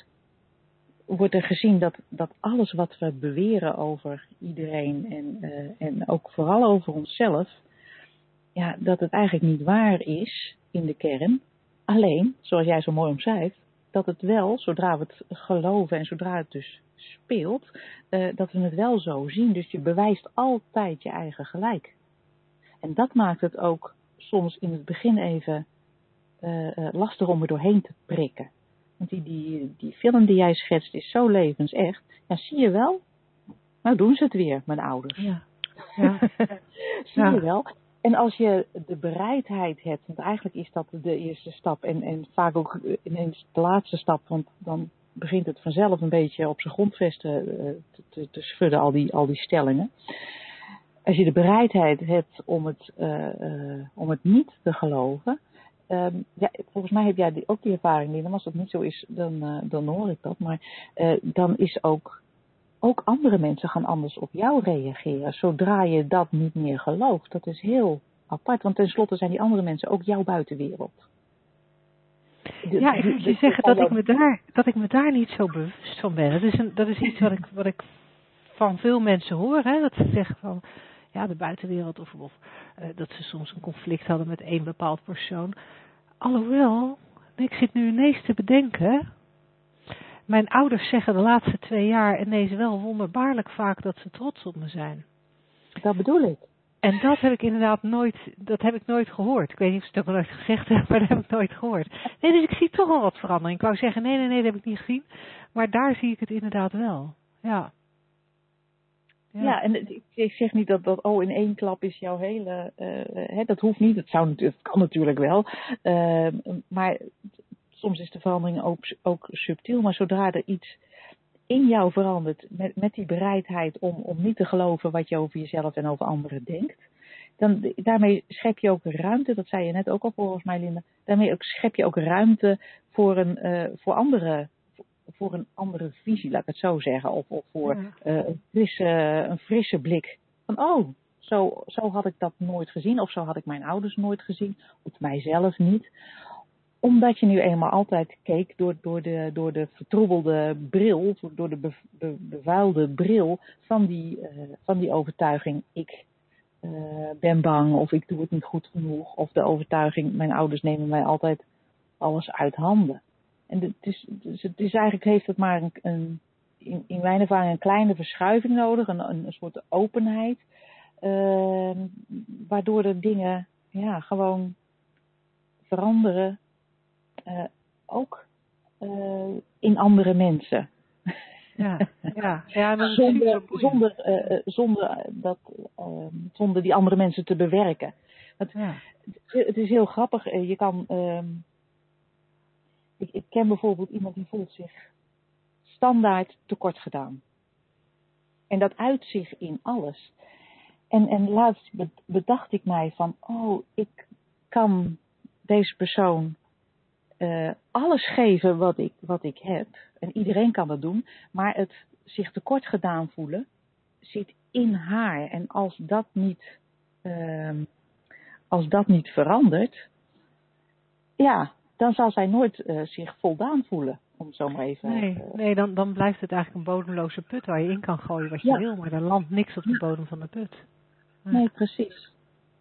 wordt er gezien dat alles wat we beweren over iedereen en ook vooral over onszelf, ja, dat het eigenlijk niet waar is in de kern. Alleen, zoals jij zo mooi omschrijft, dat het wel, zodra we het geloven en zodra het dus speelt, dat we het wel zo zien. Dus je bewijst altijd je eigen gelijk. En dat maakt het ook soms in het begin even lastig om er doorheen te prikken. Want die film die jij schetst is zo levensecht. Ja, zie je wel? Nou doen ze het weer, mijn ouders. Ja. Zie je wel? En als je de bereidheid hebt, want eigenlijk is dat de eerste stap en vaak ook ineens de laatste stap, want dan begint het vanzelf een beetje op zijn grondvesten te schudden, al die stellingen. Als je de bereidheid hebt om het niet te geloven, volgens mij heb jij ook die ervaring, Lina. Als dat niet zo is, dan hoor ik dat. Maar dan is ook andere mensen gaan anders op jou reageren. Zodra je dat niet meer gelooft. Dat is heel apart. Want tenslotte zijn die andere mensen ook jouw buitenwereld. Ja, ik moet je zeggen dat ik me daar niet zo bewust van ben. Dat is iets wat ik van veel mensen hoor. Hè, dat ze zeggen van, ja, de buitenwereld of dat ze soms een conflict hadden met één bepaald persoon. Alhoewel, ik zit nu ineens te bedenken. Mijn ouders zeggen de laatste 2 jaar ineens wel wonderbaarlijk vaak dat ze trots op me zijn. Dat bedoel ik. En dat heb ik inderdaad nooit gehoord. Ik weet niet of ze het ook nooit gezegd hebben, maar dat heb ik nooit gehoord. Nee, dus ik zie toch wel wat verandering. Ik wou zeggen, nee, dat heb ik niet gezien. Maar daar zie ik het inderdaad wel. Ja. Ja, en ik zeg niet dat in één klap is jouw hele... dat hoeft niet, het kan natuurlijk wel. Maar soms is de verandering ook subtiel. Maar zodra er iets in jou verandert met die bereidheid om niet te geloven wat je over jezelf en over anderen denkt, dan daarmee schep je ook ruimte, dat zei je net ook al volgens mij, Linda, daarmee schep je ook ruimte voor een andere visie, laat ik het zo zeggen. Of voor een frisse blik. Van zo had ik dat nooit gezien. Of zo had ik mijn ouders nooit gezien. Of mijzelf niet. Omdat je nu eenmaal altijd keek door de vertroebelde bril. Door de bevuilde bril van die overtuiging. Ik ben bang of ik doe het niet goed genoeg. Of de overtuiging, mijn ouders nemen mij altijd alles uit handen. En het is eigenlijk, heeft het maar in mijn ervaring een kleine verschuiving nodig, een soort openheid, waardoor de dingen gewoon veranderen, ook in andere mensen. Zonder die andere mensen te bewerken. Het is heel grappig. Je kan... Ik ken bijvoorbeeld iemand die voelt zich standaard tekort gedaan. En dat uit zich in alles. En laatst bedacht ik mij van, ik kan deze persoon alles geven wat ik heb. En iedereen kan dat doen. Maar het zich tekort gedaan voelen zit in haar. En als dat niet verandert, dan zal zij nooit zich voldaan voelen. Om het zo maar even... Nee, dan blijft het eigenlijk een bodemloze put waar je in kan gooien wat je wil. Maar er landt niks op de bodem van de put. Nee, precies.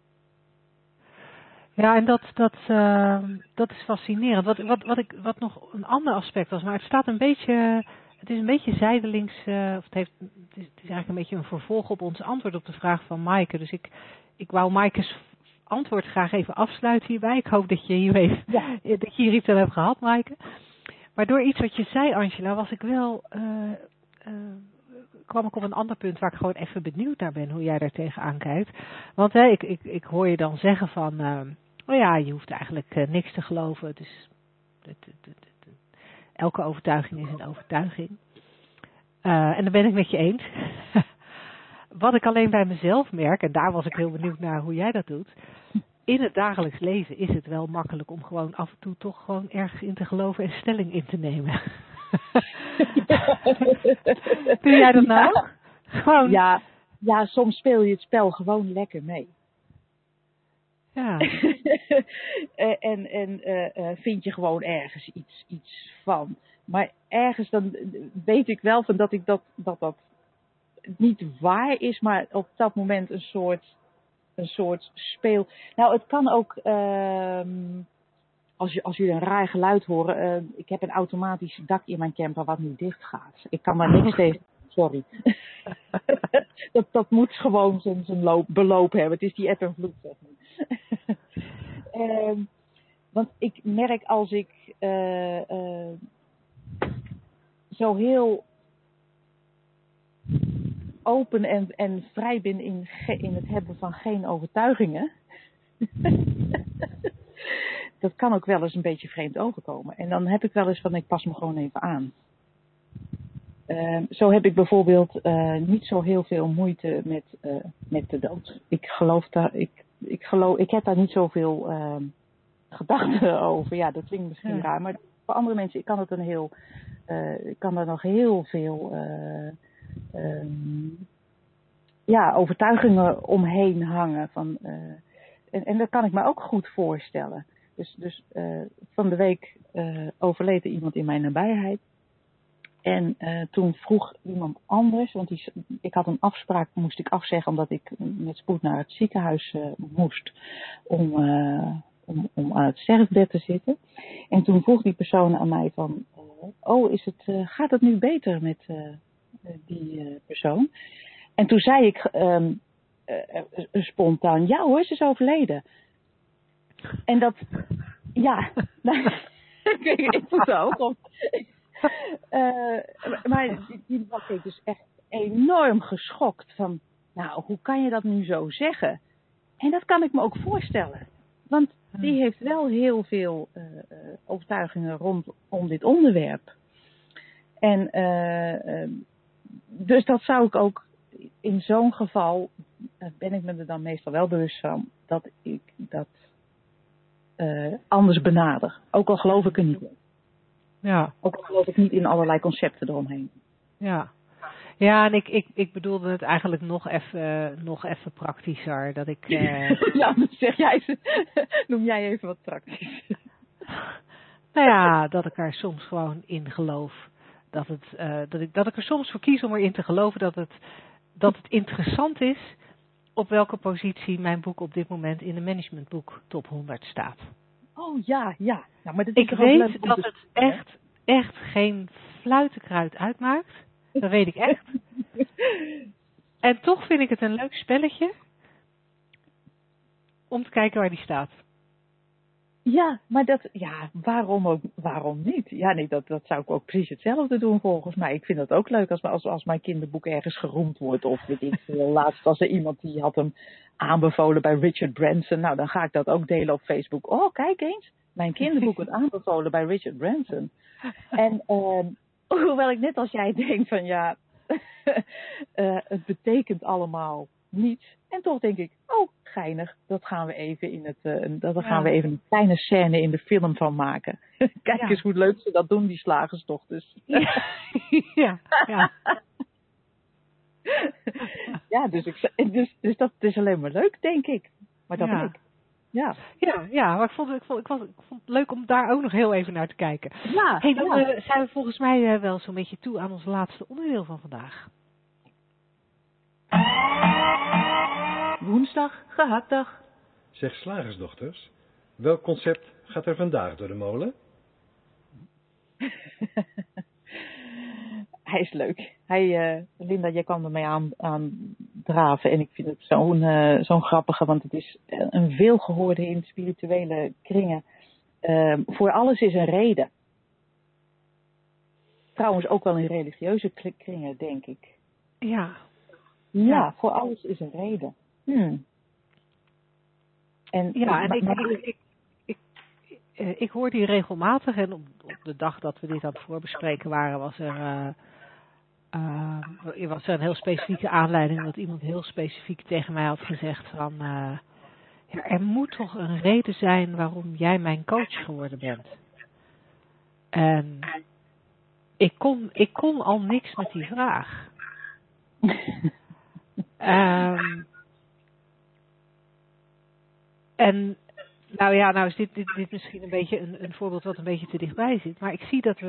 Ja, en dat is fascinerend. Wat nog een ander aspect was, maar het staat een beetje... Het is een beetje zijdelings... het is eigenlijk een beetje een vervolg op ons antwoord op de vraag van Maaike. Dus ik wou Maaike's antwoord graag even afsluiten hierbij. Ik hoop dat je hier iets aan hebt gehad, Maaike. Maar door iets wat je zei, Angela, was ik wel... kwam ik op een ander punt waar ik gewoon even benieuwd naar ben hoe jij daar tegenaan kijkt. Want ik hoor je dan zeggen van, je hoeft eigenlijk niks te geloven. Dus elke overtuiging is een overtuiging. En daar ben ik met je eens. Wat ik alleen bij mezelf merk, en daar was ik heel benieuwd naar hoe jij dat doet. In het dagelijks leven is het wel makkelijk om gewoon af en toe toch gewoon ergens in te geloven en stelling in te nemen. Doe jij dat nou? Gewoon... Ja, soms speel je het spel gewoon lekker mee. Ja. en vind je gewoon ergens iets van. Maar ergens dan weet ik wel van dat ik dat niet waar is, maar op dat moment een soort speel. Nou, het kan ook, als jullie een raar geluid horen, ik heb een automatisch dak in mijn camper wat nu dicht gaat. Ik kan daar niks tegen. Sorry. dat moet gewoon zijn beloop hebben. Het is die eb en vloed, zeg maar. Want ik merk als ik zo heel open en vrij ben in het hebben van geen overtuigingen. Dat kan ook wel eens een beetje vreemd overkomen. En dan heb ik wel eens van, ik pas me gewoon even aan. Zo heb ik bijvoorbeeld niet zo heel veel moeite met de dood. Ik heb daar niet zoveel gedachten over. Ja, dat klinkt misschien raar, maar voor andere mensen ik kan daar nog heel veel overtuigingen omheen hangen. En dat kan ik me ook goed voorstellen. Dus van de week overleed er iemand in mijn nabijheid. En toen vroeg iemand anders, want ik had een afspraak, moest ik afzeggen omdat ik met spoed naar het ziekenhuis moest om aan het sterfbed te zitten. En toen vroeg die persoon aan mij van, gaat het nu beter met die persoon? En toen zei ik spontaan, ja hoor, ze is overleden. En dat, ik voelde ook op. Maar die was ik dus echt enorm geschokt van, nou, hoe kan je dat nu zo zeggen? En dat kan ik me ook voorstellen. Want die heeft wel heel veel overtuigingen rondom dit onderwerp. En dus dat zou ik ook in zo'n geval, ben ik me er dan meestal wel bewust van, dat ik dat anders benader. Ook al geloof ik er niet in. Ja. Ook al geloof ik niet in allerlei concepten eromheen. Ja. Ja, en ik bedoelde het eigenlijk nog even praktischer. Dat ik... Ja, dan noem jij even wat praktisch. Nou ja, dat ik er soms gewoon in geloof. Dat ik er soms voor kies om erin te geloven dat het interessant is op welke positie mijn boek op dit moment in de managementboek top 100 staat. Oh ja. Nou, maar ik weet dat het echt geen fluitenkruid uitmaakt. Dat weet ik echt. En toch vind ik het een leuk spelletje om te kijken waar die staat. Ja, maar waarom niet? Ja, nee, dat zou ik ook precies hetzelfde doen volgens mij. Ik vind dat ook leuk als mijn kinderboek ergens geroemd wordt. Of weet ik veel. Laatst was er iemand die had hem aanbevolen bij Richard Branson. Nou, dan ga ik dat ook delen op Facebook. Oh, kijk eens. Mijn kinderboek wordt aanbevolen bij Richard Branson. En hoewel ik net als jij denk van ja, het betekent allemaal niets. En toch denk ik, oh, geinig, dat gaan we even gaan we even een kleine scène in de film van maken. Kijk eens hoe leuk ze dat doen, die slagersdochters. Ja. Ja, dus dat is alleen maar leuk, denk ik. Maar dat ben ik. Ja, maar ik vond het leuk om daar ook nog heel even naar te kijken. Ja, dan zijn we volgens mij wel zo'n beetje toe aan ons laatste onderdeel van vandaag. Woensdag, gehaktdag. Zeg slagersdochters, welk concept gaat er vandaag door de molen? Hij is leuk. Linda, jij kwam ermee aan draven. En ik vind het zo'n grappige, want het is een veelgehoorde in spirituele kringen. Voor alles is een reden. Trouwens ook wel in religieuze kringen, denk ik. Ja. Ja, voor alles is een reden. En ik hoor die regelmatig en op de dag dat we dit aan het voorbespreken waren, was er een heel specifieke aanleiding dat iemand heel specifiek tegen mij had gezegd van er moet toch een reden zijn waarom jij mijn coach geworden bent. En ik kon al niks met die vraag. En nou is dit misschien een beetje een voorbeeld wat een beetje te dichtbij zit. Maar ik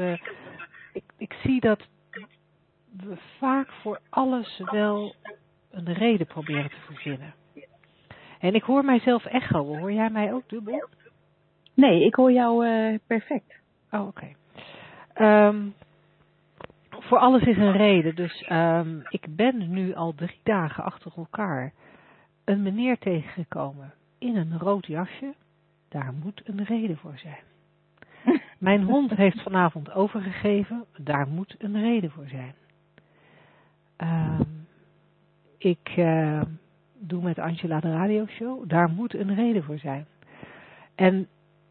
zie dat we vaak voor alles wel een reden proberen te verzinnen. En ik hoor mijzelf echo. Hoor jij mij ook dubbel? Nee, ik hoor jou perfect. Oh, oké. Voor alles is een reden. Dus ik ben nu al 3 dagen achter elkaar een meneer tegengekomen in een rood jasje. Daar moet een reden voor zijn. Mijn hond heeft vanavond overgegeven. Daar moet een reden voor zijn. Ik doe met Angela de radioshow. Daar moet een reden voor zijn. En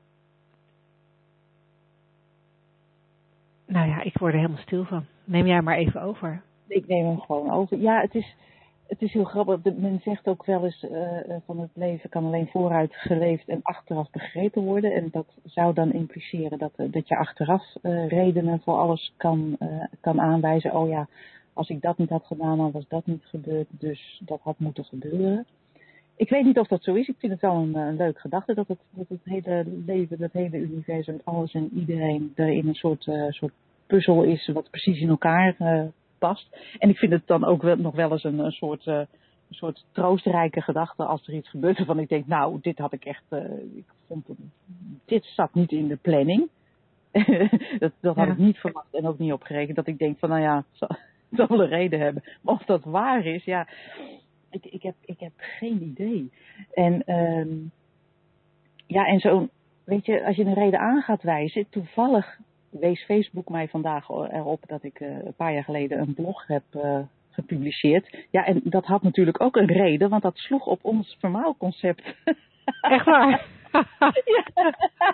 nou ja, ik word er helemaal stil van. Neem jij maar even over. Ik neem hem gewoon over. Ja, het is heel grappig. Men zegt ook wel eens van het leven kan alleen vooruit geleefd en achteraf begrepen worden. En dat zou dan impliceren dat je achteraf redenen voor alles kan aanwijzen. Oh ja, als ik dat niet had gedaan, dan was dat niet gebeurd. Dus dat had moeten gebeuren. Ik weet niet of dat zo is. Ik vind het wel een leuk gedachte dat het hele leven, dat hele universum, alles en iedereen er in een soort puzzel is wat precies in elkaar past. En ik vind het dan ook nog wel eens een soort troostrijke gedachte als er iets gebeurt waarvan ik denk, nou, dit had ik echt, dit zat niet in de planning. dat had ik niet verwacht en ook niet opgerekend. Dat ik denk van, nou ja, het zal wel een reden hebben. Maar of dat waar is, ja, ik heb geen idee. En en zo, weet je, als je een reden aan gaat wijzen, toevallig wees Facebook mij vandaag erop dat ik een paar jaar geleden een blog heb gepubliceerd. Ja, en dat had natuurlijk ook een reden, want dat sloeg op ons vermaalconcept. Echt waar? Ja.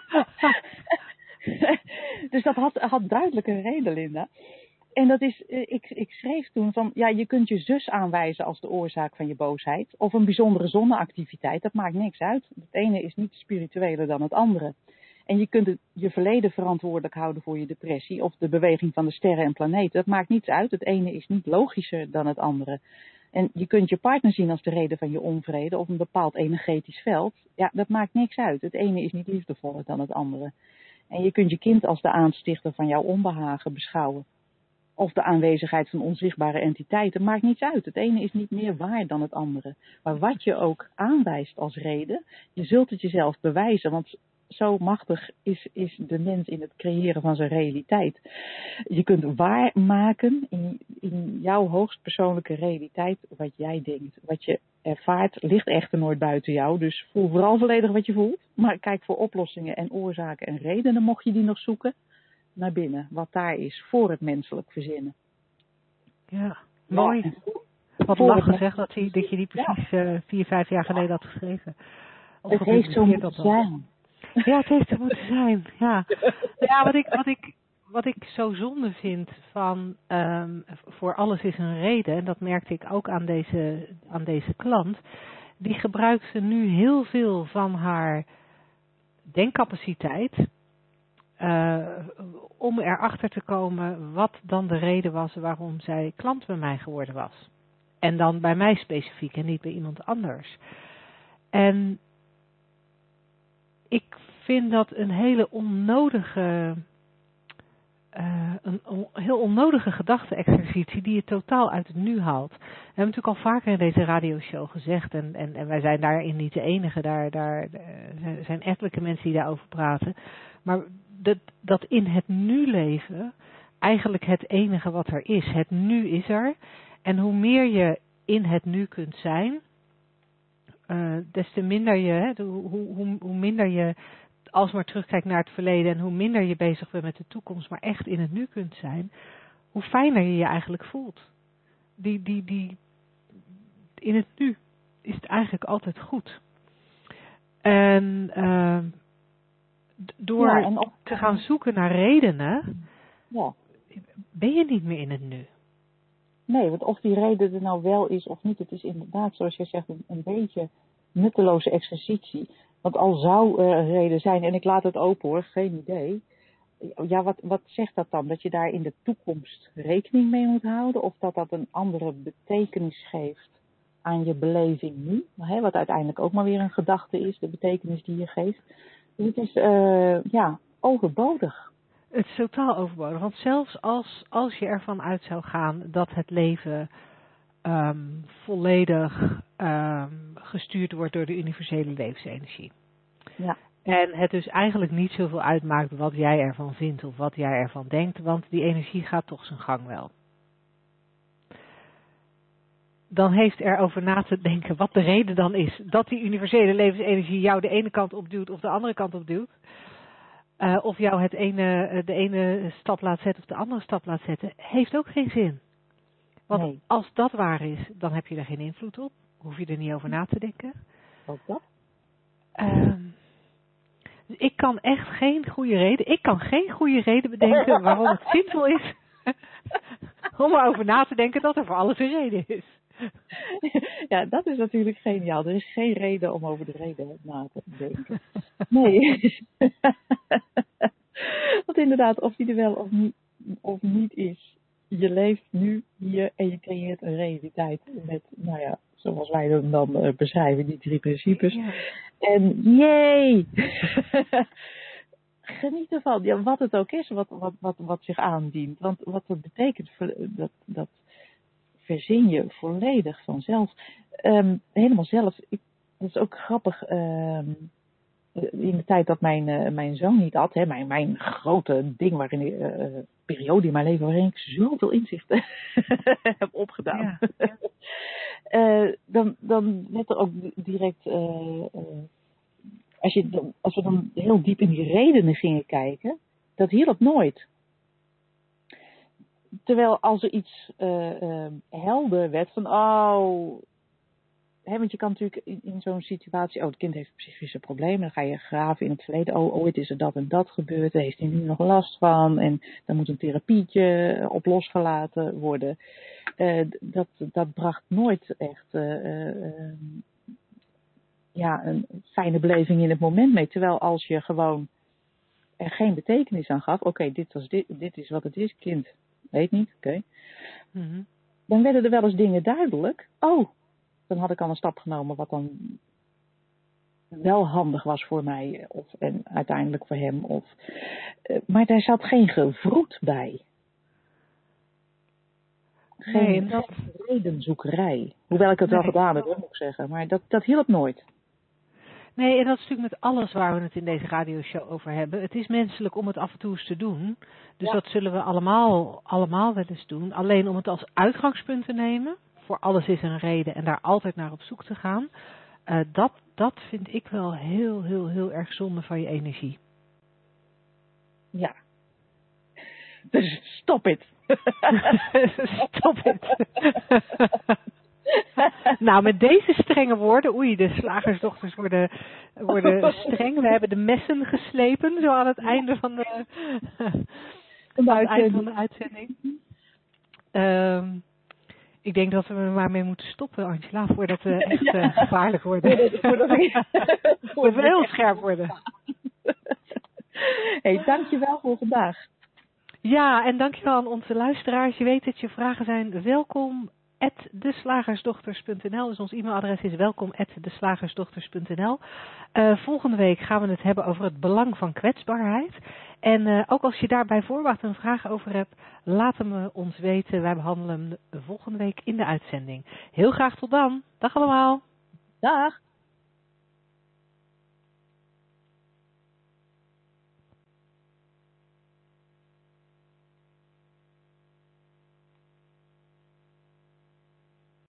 Dus dat had duidelijk een reden, Linda. En dat is, ik schreef toen van, ja, je kunt je zus aanwijzen als de oorzaak van je boosheid. Of een bijzondere zonneactiviteit, dat maakt niks uit. Het ene is niet spiritueler dan het andere. En je kunt je verleden verantwoordelijk houden voor je depressie. Of de beweging van de sterren en planeten. Dat maakt niets uit. Het ene is niet logischer dan het andere. En je kunt je partner zien als de reden van je onvrede. Of een bepaald energetisch veld. Ja, dat maakt niks uit. Het ene is niet liefdevoller dan het andere. En je kunt je kind als de aanstichter van jouw onbehagen beschouwen. Of de aanwezigheid van onzichtbare entiteiten, maakt niets uit. Het ene is niet meer waar dan het andere. Maar wat je ook aanwijst als reden, je zult het jezelf bewijzen. Want zo machtig is de mens in het creëren van zijn realiteit. Je kunt waarmaken in jouw hoogstpersoonlijke realiteit wat jij denkt. Wat je ervaart ligt echter nooit buiten jou. Dus voel vooral volledig wat je voelt. Maar kijk voor oplossingen en oorzaken en redenen, mocht je die nog zoeken, naar binnen, wat daar is, voor het menselijk verzinnen. Ja, mooi. Ja, wat lachen zeg, dat je die precies 4-5 jaar geleden had geschreven. Het heeft zo moeten zijn. Ja, het heeft zo moeten zijn, ja. Ja, wat ik zo zonde vind van, voor alles is een reden, en dat merkte ik ook aan deze klant, die gebruikte nu heel veel van haar denkcapaciteit, om erachter te komen wat dan de reden was waarom zij klant bij mij geworden was. En dan bij mij specifiek en niet bij iemand anders. En ik vind dat een hele onnodige, heel onnodige gedachte-exercitie die je totaal uit het nu haalt. We hebben natuurlijk al vaker in deze radioshow gezegd, en wij zijn daarin niet de enige, daar zijn ettelijke mensen die daarover praten. Maar dat in het nu leven eigenlijk het enige wat er is. Het nu is er. En hoe meer je in het nu kunt zijn, des te minder hoe minder je alsmaar terugkijkt naar het verleden en hoe minder je bezig bent met de toekomst, maar echt in het nu kunt zijn, hoe fijner je je eigenlijk voelt. die in het nu is het eigenlijk altijd goed. En door te gaan zoeken naar redenen, ben je niet meer in het nu. Nee, want of die reden er nou wel is of niet, het is inderdaad, zoals jij zegt, een beetje nutteloze exercitie. Want al zou er een reden zijn, en ik laat het open hoor, geen idee. Ja, wat zegt dat dan? Dat je daar in de toekomst rekening mee moet houden? Of dat een andere betekenis geeft aan je beleving nu? Wat uiteindelijk ook maar weer een gedachte is, de betekenis die je geeft. Dus het is overbodig. Het is totaal overbodig. Want zelfs als je ervan uit zou gaan dat het leven volledig gestuurd wordt door de universele levensenergie. Ja. En het dus eigenlijk niet zoveel uitmaakt wat jij ervan vindt of wat jij ervan denkt, want die energie gaat toch zijn gang wel. Dan heeft er over na te denken wat de reden dan is dat die universele levensenergie jou de ene kant op duwt of de andere kant op duwt. Of jou de ene stap laat zetten of de andere stap laat zetten, heeft ook geen zin. Want als dat waar is, dan heb je er geen invloed op. Hoef je er niet over na te denken. Ook dat? Ik kan echt geen goede reden. Ik kan geen goede reden bedenken waarom het zinvol is om erover na te denken dat er voor alles een reden is. Ja, dat is natuurlijk geniaal. Er is geen reden om over de reden na te denken. Nee. Want inderdaad, of die er wel of niet is. Je leeft nu hier en je creëert een realiteit met, zoals wij hem dan beschrijven, die 3 principes. Ja. En jee! Geniet ervan. Ja, wat het ook is, wat zich aandient. Want wat dat betekent, dat verzin je volledig vanzelf. Helemaal zelf. Dat is ook grappig. In de tijd dat mijn zoon niet had, mijn grote ding periode in mijn leven waarin ik zoveel inzichten heb opgedaan. Ja. Dan werd er ook direct, als we dan heel diep in die redenen gingen kijken, dat hielp nooit. Terwijl als er iets helder werd van, want je kan natuurlijk in zo'n situatie, het kind heeft psychische problemen, dan ga je graven in het verleden, ooit is er dat en dat gebeurd, daar heeft hij nu nog last van en dan moet een therapietje op losgelaten worden. Dat bracht nooit echt een fijne beleving in het moment mee. Terwijl als je gewoon er geen betekenis aan gaf, dit is wat het is, kind weet niet, Mm-hmm. Dan werden er wel eens dingen duidelijk. Dan had ik al een stap genomen wat dan wel handig was voor mij en uiteindelijk voor hem. Maar daar zat geen gewroet bij. Geen redenzoekerij. Hoewel ik het wel gedaan heb, moet ik zeggen. Maar dat hielp nooit. Nee, en dat is natuurlijk met alles waar we het in deze radioshow over hebben. Het is menselijk om het af en toe eens te doen. Dus dat zullen we allemaal wel eens doen. Alleen om het als uitgangspunt te nemen. Voor alles is een reden en daar altijd naar op zoek te gaan. Dat vind ik wel heel, heel, heel erg zonde van je energie. Ja. Dus stop het. Stop het. Nou, met deze strenge woorden, de slagersdochters worden streng. We hebben de messen geslepen, zo aan het einde van de uitzending. Ik denk dat we er maar mee moeten stoppen, Angela, voordat we echt gevaarlijk worden. Voordat we heel scherp worden. Dankjewel voor vandaag. Ja, en dankjewel aan onze luisteraars. Je weet dat je vragen zijn welkom @deslagersdochters.nl. Dus ons e-mailadres is welkom@deslagersdochters.nl. Volgende week gaan we het hebben over het belang van kwetsbaarheid. En ook als je daar bij voorbaat een vraag over hebt, laat hem ons weten. Wij behandelen hem volgende week in de uitzending. Heel graag tot dan. Dag allemaal. Dag.